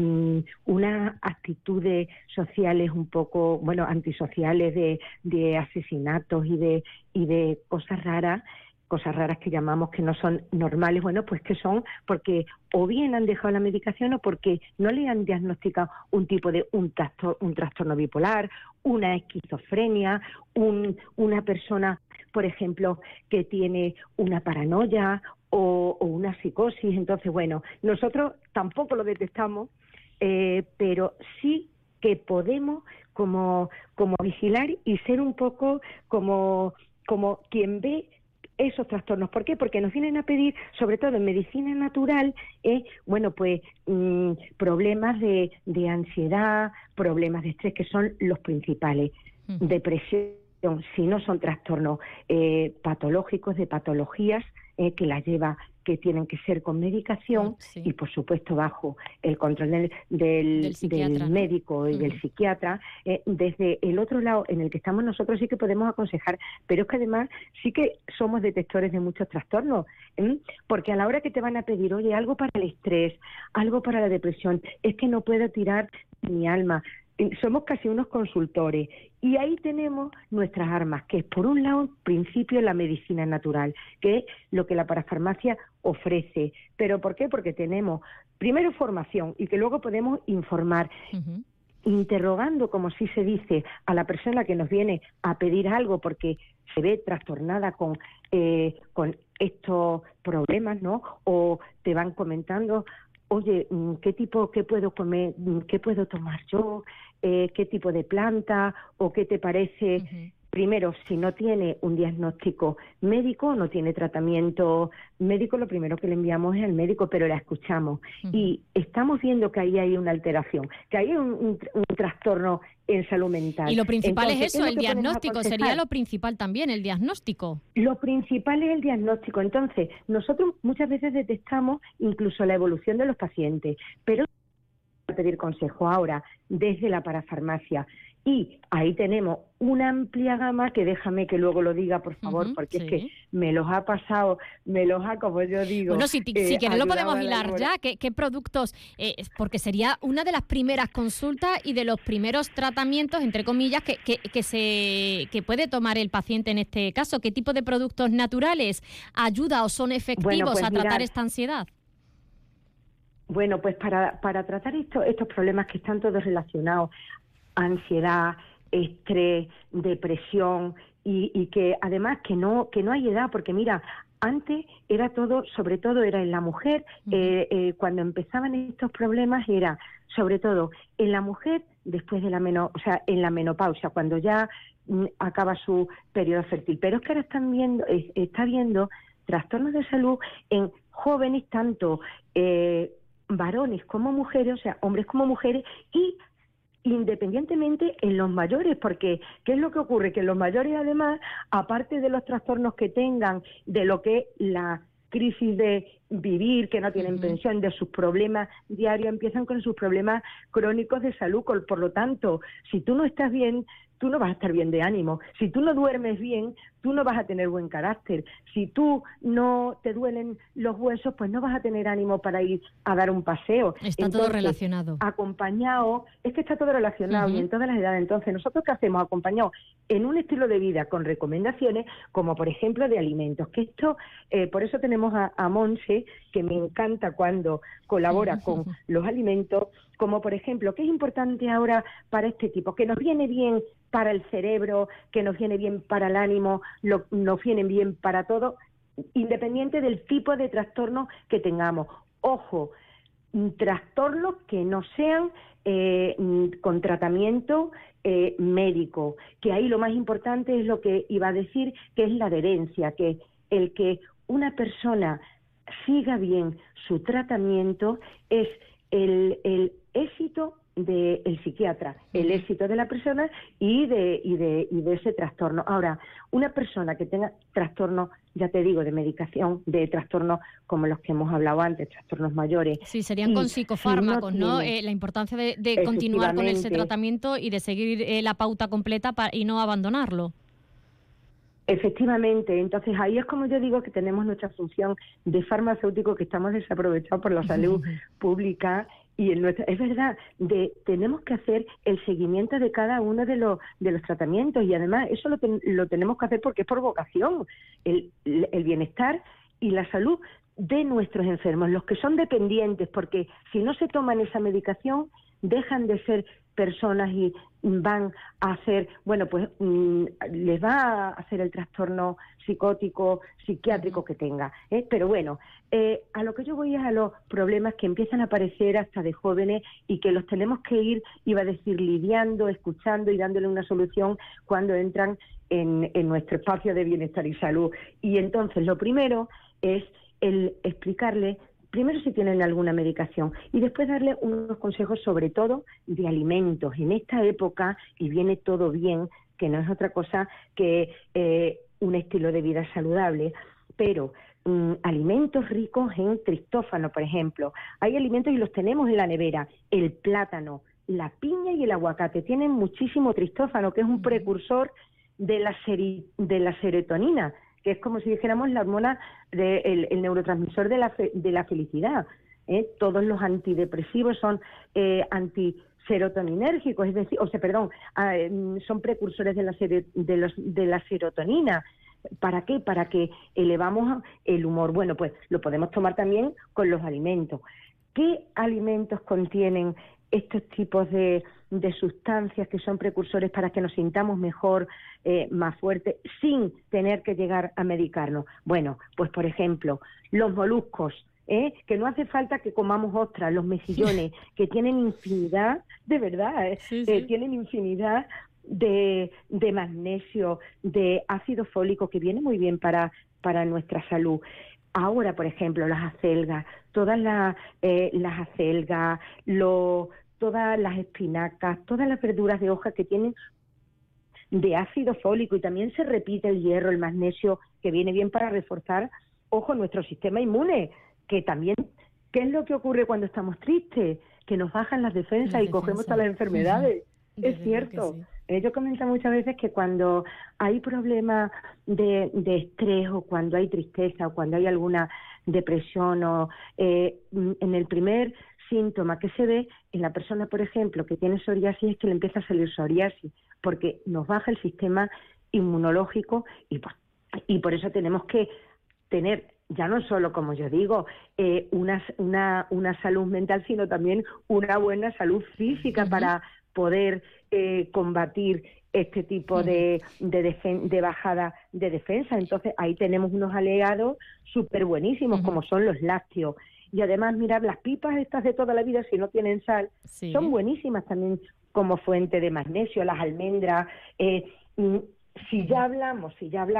unas actitudes sociales un poco, antisociales, de asesinatos y de cosas raras que llamamos que no son normales, pues que son porque o bien han dejado la medicación o porque no le han diagnosticado un tipo de un trastorno bipolar, una esquizofrenia, una persona, por ejemplo, que tiene una paranoia o una psicosis. Entonces, nosotros tampoco lo detectamos, pero sí que podemos como vigilar y ser un poco como quien ve esos trastornos. ¿Por qué? Porque nos vienen a pedir, sobre todo en medicina natural, problemas de ansiedad, problemas de estrés, que son los principales. Depresión, si no son trastornos patológicos, de patologías que las lleva, que tienen que ser con medicación y, por supuesto, bajo el control del médico y del psiquiatra. Desde el otro lado, en el que estamos nosotros, sí que podemos aconsejar, pero es que además sí que somos detectores de muchos trastornos, porque a la hora que te van a pedir, oye, algo para el estrés, algo para la depresión, es que no puedo tirar mi alma. Somos casi unos consultores y ahí tenemos nuestras armas, que es, por un lado, en principio, la medicina natural, que es lo que la parafarmacia ofrece. ¿Pero por qué? Porque tenemos, primero, formación y que luego podemos informar, interrogando, como sí se dice, a la persona que nos viene a pedir algo porque se ve trastornada con estos problemas, ¿no? O te van comentando, oye, ¿qué puedo comer? ¿Qué puedo tomar yo? ¿Qué tipo de planta? ¿O qué te parece? Primero, si no tiene un diagnóstico médico, no tiene tratamiento médico, lo primero que le enviamos es al médico, pero la escuchamos. Y estamos viendo que ahí hay una alteración, que hay un trastorno en salud mental. Y lo principal es eso, el ¿qué diagnóstico. Sería lo principal también, el diagnóstico. Lo principal es el diagnóstico. Entonces, nosotros muchas veces detectamos incluso la evolución de los pacientes, pero pedir consejo ahora desde la parafarmacia. Y ahí tenemos una amplia gama, que déjame que luego lo diga, por favor, porque es que me los ha, como yo digo... Bueno, si quieres lo podemos hilar ya. ¿Qué productos? Porque sería una de las primeras consultas y de los primeros tratamientos, entre comillas, que puede tomar el paciente en este caso. ¿Qué tipo de productos naturales ayuda o son efectivos a tratar esta ansiedad? Bueno, pues para tratar estos problemas que están todos relacionados, ansiedad, estrés, depresión, y que además que no hay edad, porque mira, antes era todo, sobre todo era en la mujer, cuando empezaban estos problemas era sobre todo en la mujer después de en la menopausia, cuando ya acaba su periodo fértil. Pero es que ahora está viendo trastornos de salud en jóvenes, tanto varones como mujeres, o sea, hombres como mujeres, y independientemente en los mayores, porque ¿qué es lo que ocurre? Que en los mayores, además, aparte de los trastornos que tengan, de lo que es la crisis de vivir, que no tienen pensión, de sus problemas diarios, empiezan con sus problemas crónicos de salud. Por lo tanto, si tú no estás bien, tú no vas a estar bien de ánimo. Si tú no duermes bien, tú no vas a tener buen carácter. Si tú no te duelen los huesos, pues no vas a tener ánimo para ir a dar un paseo. Está todo relacionado. Acompañado, es que está todo relacionado y en todas las edades. Entonces, ¿nosotros qué hacemos? Acompañados en un estilo de vida con recomendaciones, como por ejemplo de alimentos. Que esto, por eso tenemos a Monse, que me encanta cuando colabora con los alimentos, como por ejemplo, ¿qué es importante ahora para este tipo? Que nos viene bien para el cerebro, que nos viene bien para el ánimo, nos viene bien para todo, independiente del tipo de trastorno que tengamos. Ojo, trastornos que no sean con tratamiento médico, que ahí lo más importante es lo que iba a decir, que es la adherencia, que el que una persona siga bien su tratamiento es el éxito del psiquiatra, el éxito de la persona y de ese trastorno. Ahora, una persona que tenga trastornos, ya te digo, de medicación, de trastornos como los que hemos hablado antes, trastornos mayores. Sí, serían con psicofármacos, ¿no? La importancia de continuar con ese tratamiento y de seguir la pauta completa y no abandonarlo. Efectivamente, entonces ahí es como yo digo que tenemos nuestra función de farmacéutico, que estamos desaprovechados por la salud pública. Y es verdad, tenemos que hacer el seguimiento de cada uno de los tratamientos, y además eso lo tenemos que hacer porque es por vocación, el bienestar y la salud de nuestros enfermos, los que son dependientes, porque si no se toman esa medicación dejan de ser personas y van a hacer, bueno, pues les va a hacer el trastorno psicótico, psiquiátrico que tenga, pero bueno, a lo que yo voy es a los problemas que empiezan a aparecer hasta de jóvenes y que los tenemos que ir, iba a decir, lidiando, escuchando y dándole una solución cuando entran en nuestro espacio de bienestar y salud. Y entonces lo primero es el explicarle primero si tienen alguna medicación y después darle unos consejos sobre todo de alimentos. En esta época, y viene todo bien, que no es otra cosa que un estilo de vida saludable, pero alimentos ricos en triptófano, por ejemplo. Hay alimentos y los tenemos en la nevera, el plátano, la piña y el aguacate tienen muchísimo triptófano, que es un precursor de la serotonina, que es como si dijéramos la hormona el neurotransmisor de la felicidad. Todos los antidepresivos son antiserotoninérgicos, es decir, son precursores de la serotonina. ¿Para qué? Para que elevamos el humor. Bueno, pues lo podemos tomar también con los alimentos. ¿Qué alimentos contienen estos tipos de sustancias que son precursores para que nos sintamos mejor, más fuertes, sin tener que llegar a medicarnos? Bueno, pues por ejemplo, los moluscos, que no hace falta que comamos ostras, los mejillones, que tienen infinidad, de verdad, tienen infinidad de magnesio, de ácido fólico, que viene muy bien para nuestra salud. Ahora, por ejemplo, las acelgas, todas las acelgas, todas las espinacas, todas las verduras de hoja que tienen de ácido fólico, y también se repite el hierro, el magnesio, que viene bien para reforzar, nuestro sistema inmune, que también, ¿qué es lo que ocurre cuando estamos tristes? Que nos bajan las defensas y cogemos todas las enfermedades. Es cierto. Yo comento muchas veces que cuando hay problemas de estrés, o cuando hay tristeza, o cuando hay alguna depresión, o en el primer síntoma que se ve en la persona, por ejemplo, que tiene psoriasis, es que le empieza a salir psoriasis, porque nos baja el sistema inmunológico, y por eso tenemos que tener, ya no solo, como yo digo, una salud mental, sino también una buena salud física para poder combatir este tipo de bajada de defensa. Entonces ahí tenemos unos aliados súper buenísimos, como son los lácteos. Y además, mirad, las pipas estas de toda la vida, si no tienen sal, son buenísimas también como fuente de magnesio, las almendras. Si ya hablamos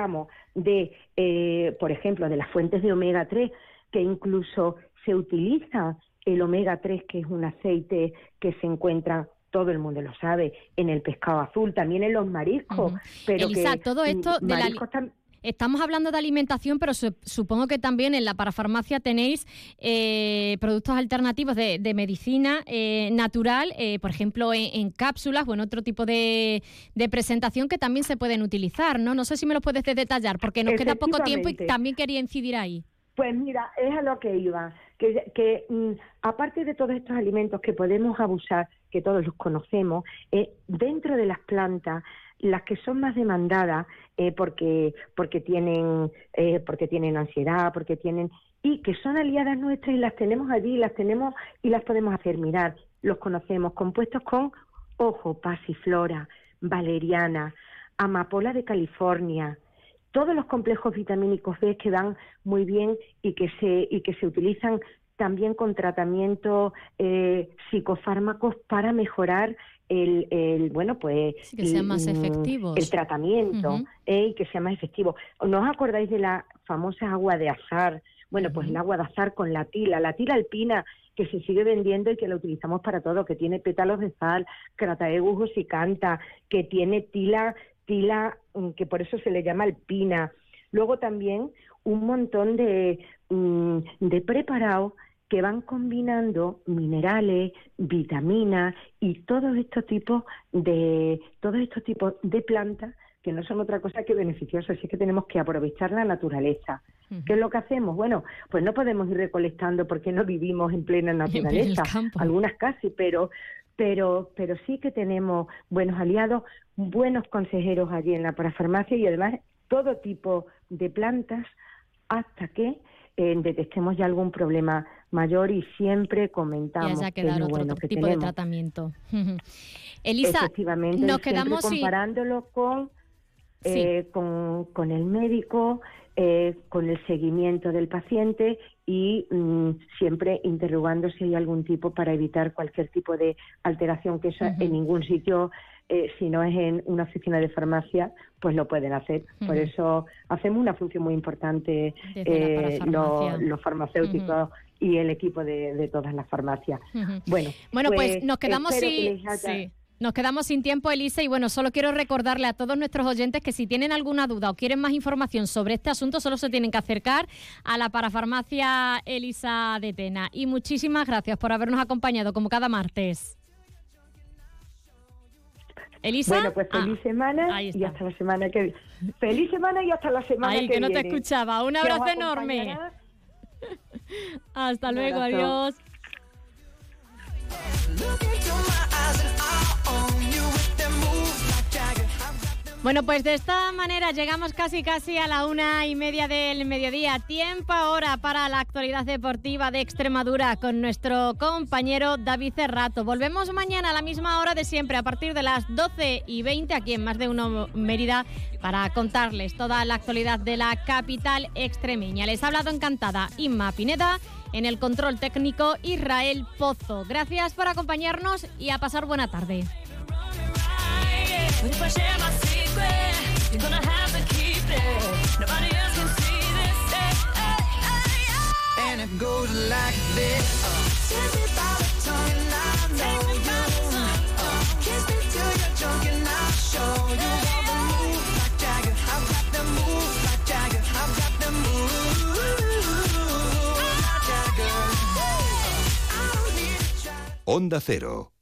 de, por ejemplo, de las fuentes de omega 3, que incluso se utiliza el omega 3, que es un aceite que se encuentra, todo el mundo lo sabe, en el pescado azul, también en los mariscos. Pero Elisa, que todo esto estamos hablando de alimentación, pero supongo que también en la parafarmacia tenéis productos alternativos de medicina natural, por ejemplo, en cápsulas o en otro tipo de presentación que también se pueden utilizar, ¿no? No sé si me lo puedes detallar, porque nos queda poco tiempo y también quería incidir ahí. Pues mira, es a lo que iba, que aparte de todos estos alimentos que podemos abusar, que todos los conocemos, dentro de las plantas, las que son más demandadas porque tienen ansiedad, y que son aliadas nuestras, y las tenemos allí, las podemos hacer mirar, los conocemos, compuestos con, pasiflora, valeriana, amapola de California, todos los complejos vitamínicos B que van muy bien y que se utilizan también con tratamientos psicofármacos para mejorar que sean más efectivos. El tratamiento, y que sea más efectivo. ¿No os acordáis de la famosa agua de azahar? Bueno, pues el agua de azahar con la tila alpina, que se sigue vendiendo y que la utilizamos para todo, que tiene pétalos de sal, Crataegus ossicanta, que tiene tila, que por eso se le llama alpina. Luego también un montón de preparados que van combinando minerales, vitaminas y todos estos tipos de plantas, que no son otra cosa que beneficiosas. Así que tenemos que aprovechar la naturaleza. ¿Qué es lo que hacemos? Bueno, pues no podemos ir recolectando porque no vivimos en plena naturaleza, algunas casi, pero sí que tenemos buenos aliados, buenos consejeros allí en la parafarmacia, y además todo tipo de plantas, hasta que detectemos ya algún problema mayor y siempre comentamos y haya que dar otro tipo de tratamiento. Elisa, efectivamente, nos quedamos comparándolo con el médico, con el seguimiento del paciente y siempre interrogando si hay algún tipo para evitar cualquier tipo de alteración, que eso en ningún sitio, si no es en una oficina de farmacia, pues lo pueden hacer. Por eso hacemos una función muy importante los farmacéuticos y el equipo de todas las farmacias. Bueno, pues nos quedamos Nos quedamos sin tiempo, Elisa, y bueno, solo quiero recordarle a todos nuestros oyentes que si tienen alguna duda o quieren más información sobre este asunto, solo se tienen que acercar a la parafarmacia Elisa de Tena. Y muchísimas gracias por habernos acompañado como cada martes. Elisa. Bueno, pues feliz semana y hasta la semana que viene. Feliz semana y hasta la semana que viene. Ay, que no te escuchaba. Un abrazo enorme. Hasta luego, adiós. Bueno, pues de esta manera llegamos casi a la 1:30 del mediodía. Tiempo ahora para la actualidad deportiva de Extremadura con nuestro compañero David Cerrato. Volvemos mañana a la misma hora de siempre, a partir de las 12:20, aquí en Más de Uno Mérida, para contarles toda la actualidad de la capital extremeña. Les ha hablado encantada Inma Pineda, en el control técnico Israel Pozo. Gracias por acompañarnos y a pasar buena tarde. Onda Cero,